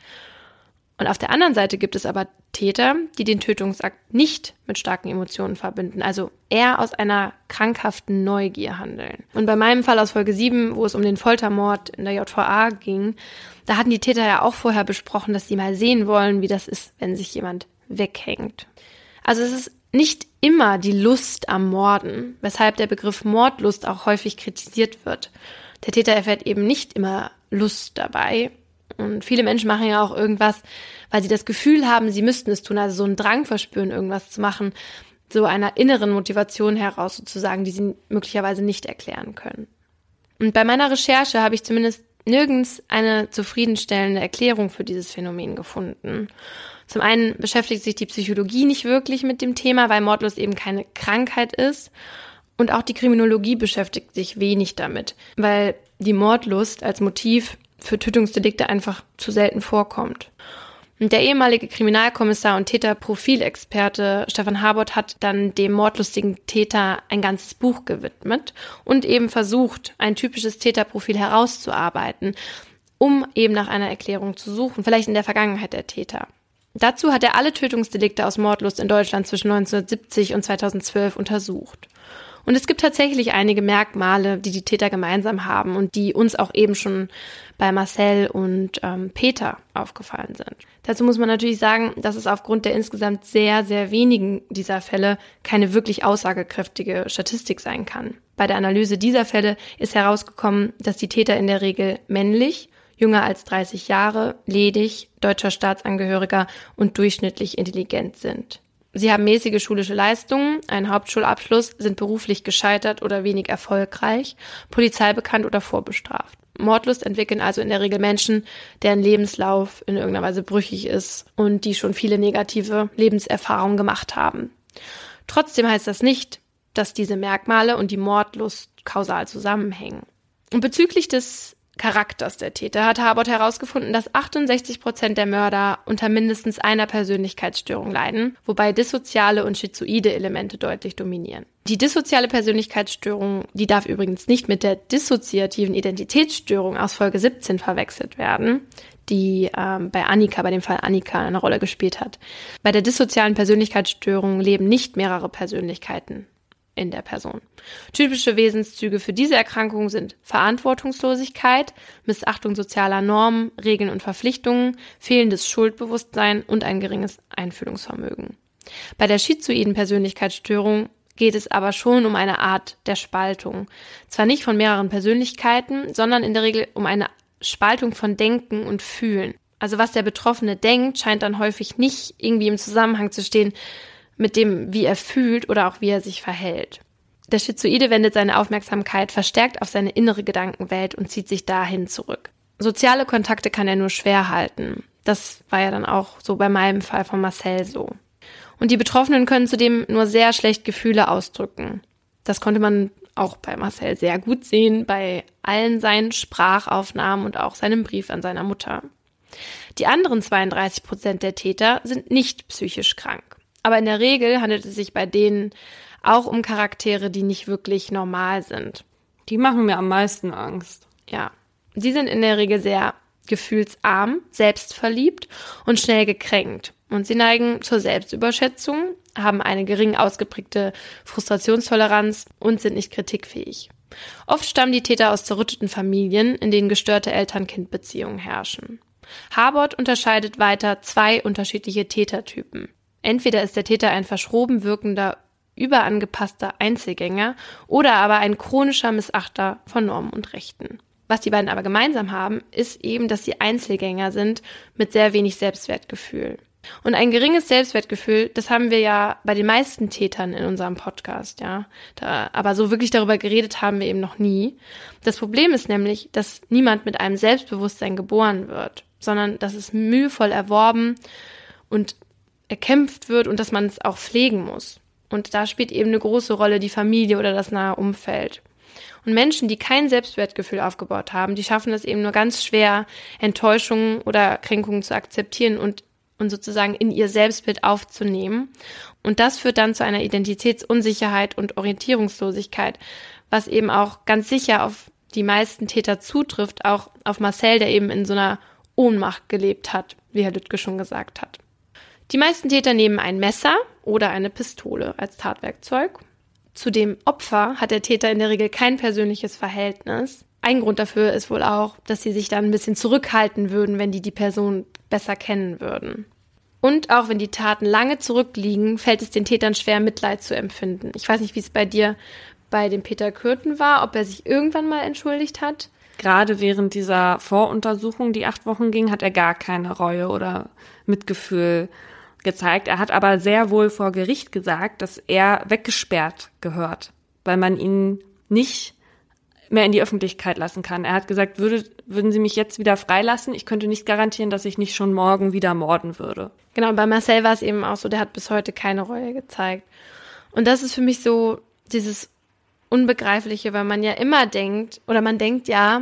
Speaker 2: Und auf der anderen Seite gibt es aber Täter, die den Tötungsakt nicht mit starken Emotionen verbinden, also eher aus einer krankhaften Neugier handeln. Und bei meinem Fall aus Folge sieben, wo es um den Foltermord in der J V A ging, da hatten die Täter ja auch vorher besprochen, dass sie mal sehen wollen, wie das ist, wenn sich jemand weghängt. Also es ist nicht immer die Lust am Morden, weshalb der Begriff Mordlust auch häufig kritisiert wird. Der Täter erfährt eben nicht immer Lust dabei. Und viele Menschen machen ja auch irgendwas, weil sie das Gefühl haben, sie müssten es tun, also so einen Drang verspüren, irgendwas zu machen, so einer inneren Motivation heraus sozusagen, die sie möglicherweise nicht erklären können. Und bei meiner Recherche habe ich zumindest nirgends eine zufriedenstellende Erklärung für dieses Phänomen gefunden. Zum einen beschäftigt sich die Psychologie nicht wirklich mit dem Thema, weil Mordlust eben keine Krankheit ist. Und auch die Kriminologie beschäftigt sich wenig damit, weil die Mordlust als Motiv für Tötungsdelikte einfach zu selten vorkommt. Und der ehemalige Kriminalkommissar und Täterprofilexperte Stefan Harbort hat dann dem mordlustigen Täter ein ganzes Buch gewidmet und eben versucht, ein typisches Täterprofil herauszuarbeiten, um eben nach einer Erklärung zu suchen, vielleicht in der Vergangenheit der Täter. Dazu hat er alle Tötungsdelikte aus Mordlust in Deutschland zwischen neunzehnhundertsiebzig und zweitausendzwölf untersucht. Und es gibt tatsächlich einige Merkmale, die die Täter gemeinsam haben und die uns auch eben schon bei Marcel und ähm, Peter aufgefallen sind. Dazu muss man natürlich sagen, dass es aufgrund der insgesamt sehr, sehr wenigen dieser Fälle keine wirklich aussagekräftige Statistik sein kann. Bei der Analyse dieser Fälle ist herausgekommen, dass die Täter in der Regel männlich, jünger als dreißig Jahre, ledig, deutscher Staatsangehöriger und durchschnittlich intelligent sind. Sie haben mäßige schulische Leistungen, einen Hauptschulabschluss, sind beruflich gescheitert oder wenig erfolgreich, polizeibekannt oder vorbestraft. Mordlust entwickeln also in der Regel Menschen, deren Lebenslauf in irgendeiner Weise brüchig ist und die schon viele negative Lebenserfahrungen gemacht haben. Trotzdem heißt das nicht, dass diese Merkmale und die Mordlust kausal zusammenhängen. Und bezüglich des Charakters der Täter hat Harbort herausgefunden, dass achtundsechzig Prozent der Mörder unter mindestens einer Persönlichkeitsstörung leiden, wobei dissoziale und schizoide Elemente deutlich dominieren. Die dissoziale Persönlichkeitsstörung, die darf übrigens nicht mit der dissoziativen Identitätsstörung aus Folge siebzehn verwechselt werden, die ähm, bei Annika, bei dem Fall Annika eine Rolle gespielt hat. Bei der dissozialen Persönlichkeitsstörung leben nicht mehrere Persönlichkeiten in der Person. Typische Wesenszüge für diese Erkrankung sind Verantwortungslosigkeit, Missachtung sozialer Normen, Regeln und Verpflichtungen, fehlendes Schuldbewusstsein und ein geringes Einfühlungsvermögen. Bei der schizoiden Persönlichkeitsstörung geht es aber schon um eine Art der Spaltung. Zwar nicht von mehreren Persönlichkeiten, sondern in der Regel um eine Spaltung von Denken und Fühlen. Also was der Betroffene denkt, scheint dann häufig nicht irgendwie im Zusammenhang zu stehen mit dem, wie er fühlt oder auch wie er sich verhält. Der Schizoide wendet seine Aufmerksamkeit verstärkt auf seine innere Gedankenwelt und zieht sich dahin zurück. Soziale Kontakte kann er nur schwer halten. Das war ja dann auch so bei meinem Fall von Marcel so. Und die Betroffenen können zudem nur sehr schlecht Gefühle ausdrücken. Das konnte man auch bei Marcel sehr gut sehen, bei allen seinen Sprachaufnahmen und auch seinem Brief an seiner Mutter. Die anderen zweiunddreißig Prozent der Täter sind nicht psychisch krank. Aber in der Regel handelt es sich bei denen auch um Charaktere, die nicht wirklich normal sind.
Speaker 1: Die machen mir am meisten Angst.
Speaker 2: Ja, die sind in der Regel sehr gefühlsarm, selbstverliebt und schnell gekränkt. Und sie neigen zur Selbstüberschätzung, haben eine gering ausgeprägte Frustrationstoleranz und sind nicht kritikfähig. Oft stammen die Täter aus zerrütteten Familien, in denen gestörte Eltern-Kind-Beziehungen herrschen. Harbord unterscheidet weiter zwei unterschiedliche Tätertypen. Entweder ist der Täter ein verschroben wirkender, überangepasster Einzelgänger oder aber ein chronischer Missachter von Normen und Rechten. Was die beiden aber gemeinsam haben, ist eben, dass sie Einzelgänger sind mit sehr wenig Selbstwertgefühl. Und ein geringes Selbstwertgefühl, das haben wir ja bei den meisten Tätern in unserem Podcast, ja. Da, aber so wirklich darüber geredet haben wir eben noch nie. Das Problem ist nämlich, dass niemand mit einem Selbstbewusstsein geboren wird, sondern dass es mühevoll erworben und erkämpft wird und dass man es auch pflegen muss. Und da spielt eben eine große Rolle die Familie oder das nahe Umfeld. Und Menschen, die kein Selbstwertgefühl aufgebaut haben, die schaffen es eben nur ganz schwer, Enttäuschungen oder Kränkungen zu akzeptieren und, und sozusagen in ihr Selbstbild aufzunehmen. Und das führt dann zu einer Identitätsunsicherheit und Orientierungslosigkeit, was eben auch ganz sicher auf die meisten Täter zutrifft, auch auf Marcel, der eben in so einer Ohnmacht gelebt hat, wie Herr Lüttke schon gesagt hat. Die meisten Täter nehmen ein Messer oder eine Pistole als Tatwerkzeug. Zu dem Opfer hat der Täter in der Regel kein persönliches Verhältnis. Ein Grund dafür ist wohl auch, dass sie sich dann ein bisschen zurückhalten würden, wenn die die Person besser kennen würden. Und auch wenn die Taten lange zurückliegen, fällt es den Tätern schwer, Mitleid zu empfinden. Ich weiß nicht, wie es bei dir bei dem Peter Kürten war, ob er sich irgendwann mal entschuldigt hat.
Speaker 1: Gerade während dieser Voruntersuchung, die acht Wochen ging, hat er gar keine Reue oder Mitgefühl gezeigt. Er hat aber sehr wohl vor Gericht gesagt, dass er weggesperrt gehört, weil man ihn nicht mehr in die Öffentlichkeit lassen kann. Er hat gesagt, würde, würden Sie mich jetzt wieder freilassen? Ich könnte nicht garantieren, dass ich nicht schon morgen wieder morden würde.
Speaker 2: Genau, bei Marcel war es eben auch so, der hat bis heute keine Reue gezeigt. Und das ist für mich so dieses Unbegreifliche, weil man ja immer denkt, oder man denkt ja,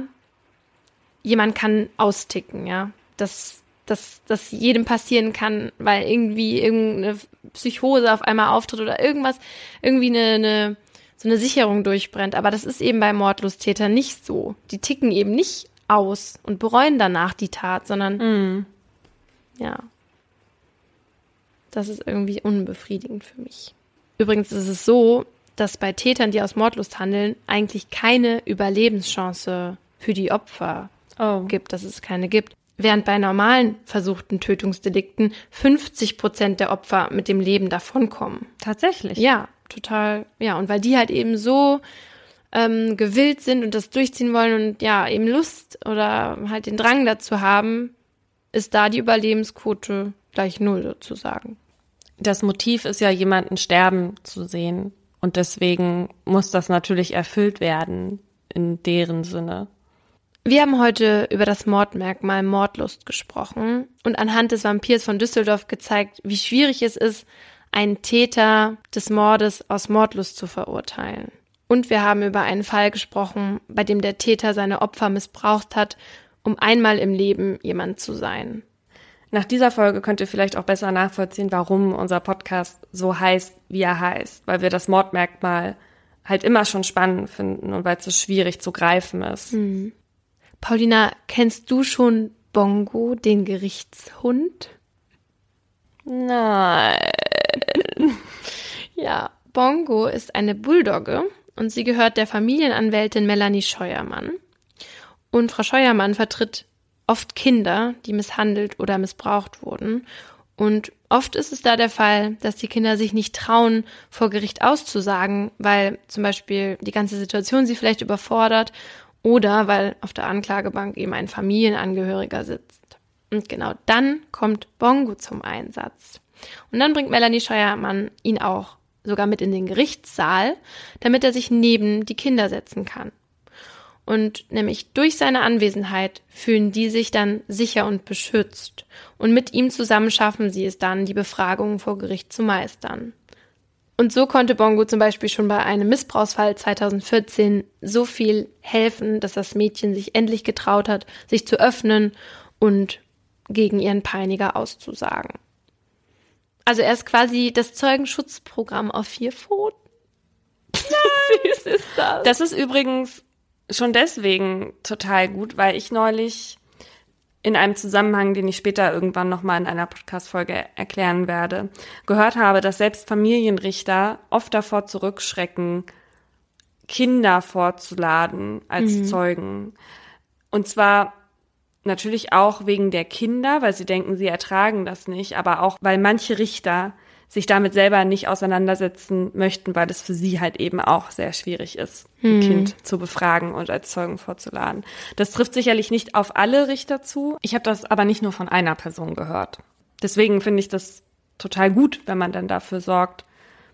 Speaker 2: jemand kann austicken, ja, dass dass das jedem passieren kann, weil irgendwie irgendeine Psychose auf einmal auftritt oder irgendwas, irgendwie eine, eine so eine Sicherung durchbrennt. Aber das ist eben bei Mordlusttätern nicht so. Die ticken eben nicht aus und bereuen danach die Tat, sondern
Speaker 1: Mm.
Speaker 2: ja, das ist irgendwie unbefriedigend für mich. Übrigens ist es so, dass bei Tätern, die aus Mordlust handeln, eigentlich keine Überlebenschance für die Opfer
Speaker 1: Oh.
Speaker 2: gibt, dass es keine gibt. Während bei normalen versuchten Tötungsdelikten fünfzig Prozent der Opfer mit dem Leben davonkommen.
Speaker 1: Tatsächlich?
Speaker 2: Ja, total. Ja, und weil die halt eben so ähm, gewillt sind und das durchziehen wollen und ja, eben Lust oder halt den Drang dazu haben, ist da die Überlebensquote gleich null sozusagen.
Speaker 1: Das Motiv ist ja, jemanden sterben zu sehen. Und deswegen muss das natürlich erfüllt werden in deren Sinne.
Speaker 2: Wir haben heute über das Mordmerkmal Mordlust gesprochen und anhand des Vampirs von Düsseldorf gezeigt, wie schwierig es ist, einen Täter des Mordes aus Mordlust zu verurteilen. Und wir haben über einen Fall gesprochen, bei dem der Täter seine Opfer missbraucht hat, um einmal im Leben jemand zu sein.
Speaker 1: Nach dieser Folge könnt ihr vielleicht auch besser nachvollziehen, warum unser Podcast so heißt, wie er heißt. Weil wir das Mordmerkmal halt immer schon spannend finden und weil es so schwierig zu greifen ist.
Speaker 2: Hm. Paulina, kennst du schon Bongo, den Gerichtshund?
Speaker 1: Nein.
Speaker 2: Ja, Bongo ist eine Bulldogge und sie gehört der Familienanwältin Melanie Scheuermann. Und Frau Scheuermann vertritt oft Kinder, die misshandelt oder missbraucht wurden. Und oft ist es da der Fall, dass die Kinder sich nicht trauen, vor Gericht auszusagen, weil zum Beispiel die ganze Situation sie vielleicht überfordert oder weil auf der Anklagebank eben ein Familienangehöriger sitzt. Und genau dann kommt Bongo zum Einsatz. Und dann bringt Melanie Scheuermann ihn auch sogar mit in den Gerichtssaal, damit er sich neben die Kinder setzen kann. Und nämlich durch seine Anwesenheit fühlen die sich dann sicher und beschützt. Und mit ihm zusammen schaffen sie es dann, die Befragungen vor Gericht zu meistern. Und so konnte Bongo zum Beispiel schon bei einem Missbrauchsfall zweitausendvierzehn so viel helfen, dass das Mädchen sich endlich getraut hat, sich zu öffnen und gegen ihren Peiniger auszusagen. Also er ist quasi das Zeugenschutzprogramm auf vier Pfoten. Wie süß ist das?
Speaker 1: Das ist übrigens schon deswegen total gut, weil ich neulich in einem Zusammenhang, den ich später irgendwann nochmal in einer Podcast-Folge erklären werde, gehört habe, dass selbst Familienrichter oft davor zurückschrecken, Kinder vorzuladen als mhm. Zeugen. Und zwar natürlich auch wegen der Kinder, weil sie denken, sie ertragen das nicht, aber auch, weil manche Richter sich damit selber nicht auseinandersetzen möchten, weil es für sie halt eben auch sehr schwierig ist, hm. ein Kind zu befragen und als Zeugen vorzuladen. Das trifft sicherlich nicht auf alle Richter zu. Ich habe das aber nicht nur von einer Person gehört. Deswegen finde ich das total gut, wenn man dann dafür sorgt,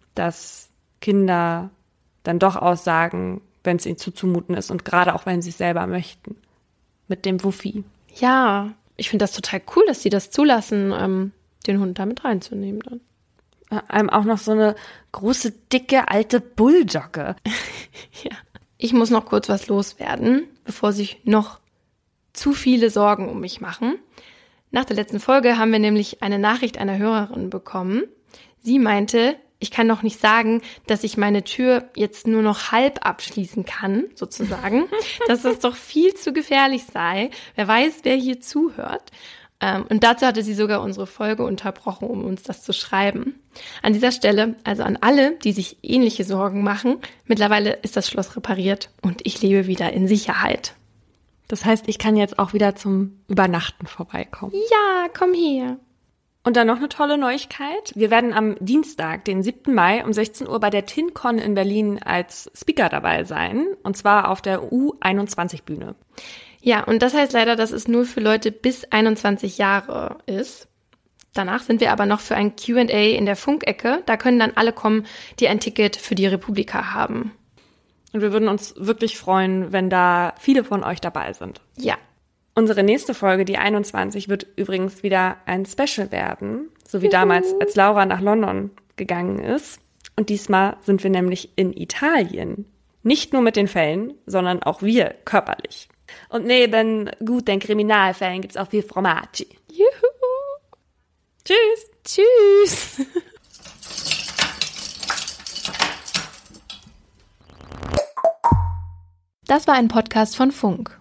Speaker 1: dass Kinder dann doch aussagen, wenn es ihnen zuzumuten ist und gerade auch, wenn sie es selber möchten. Mit dem Wuffi.
Speaker 2: Ja, ich finde das total cool, dass sie das zulassen, ähm, den Hund da mit reinzunehmen dann.
Speaker 1: Einem auch noch so eine große, dicke, alte Bulldogge.
Speaker 2: Ja. Ich muss noch kurz was loswerden, bevor sich noch zu viele Sorgen um mich machen. Nach der letzten Folge haben wir nämlich eine Nachricht einer Hörerin bekommen. Sie meinte, ich kann doch nicht sagen, dass ich meine Tür jetzt nur noch halb abschließen kann, sozusagen, dass das doch viel zu gefährlich sei. Wer weiß, wer hier zuhört. Und dazu hatte sie sogar unsere Folge unterbrochen, um uns das zu schreiben. An dieser Stelle, also an alle, die sich ähnliche Sorgen machen, mittlerweile ist das Schloss repariert und ich lebe wieder in Sicherheit.
Speaker 1: Das heißt, ich kann jetzt auch wieder zum Übernachten vorbeikommen.
Speaker 2: Ja, komm her.
Speaker 1: Und dann noch eine tolle Neuigkeit. Wir werden am Dienstag, den siebten Mai um sechzehn Uhr bei der TinCon in Berlin als Speaker dabei sein. Und zwar auf der U einundzwanzig Bühne.
Speaker 2: Ja, und das heißt leider, dass es nur für Leute bis einundzwanzig Jahre ist. Danach sind wir aber noch für ein Q and A in der Funkecke. Da können dann alle kommen, die ein Ticket für die Republika haben.
Speaker 1: Und wir würden uns wirklich freuen, wenn da viele von euch dabei sind.
Speaker 2: Ja.
Speaker 1: Unsere nächste Folge, die einundzwanzig, wird übrigens wieder ein Special werden. So wie damals, als Laura nach London gegangen ist. Und diesmal sind wir nämlich in Italien. Nicht nur mit den Fällen, sondern auch wir körperlich. Und neben guten Kriminalfällen gibt's auch viel Formaggi.
Speaker 2: Juhu!
Speaker 1: Tschüss!
Speaker 2: Tschüss! Das war ein Podcast von Funk.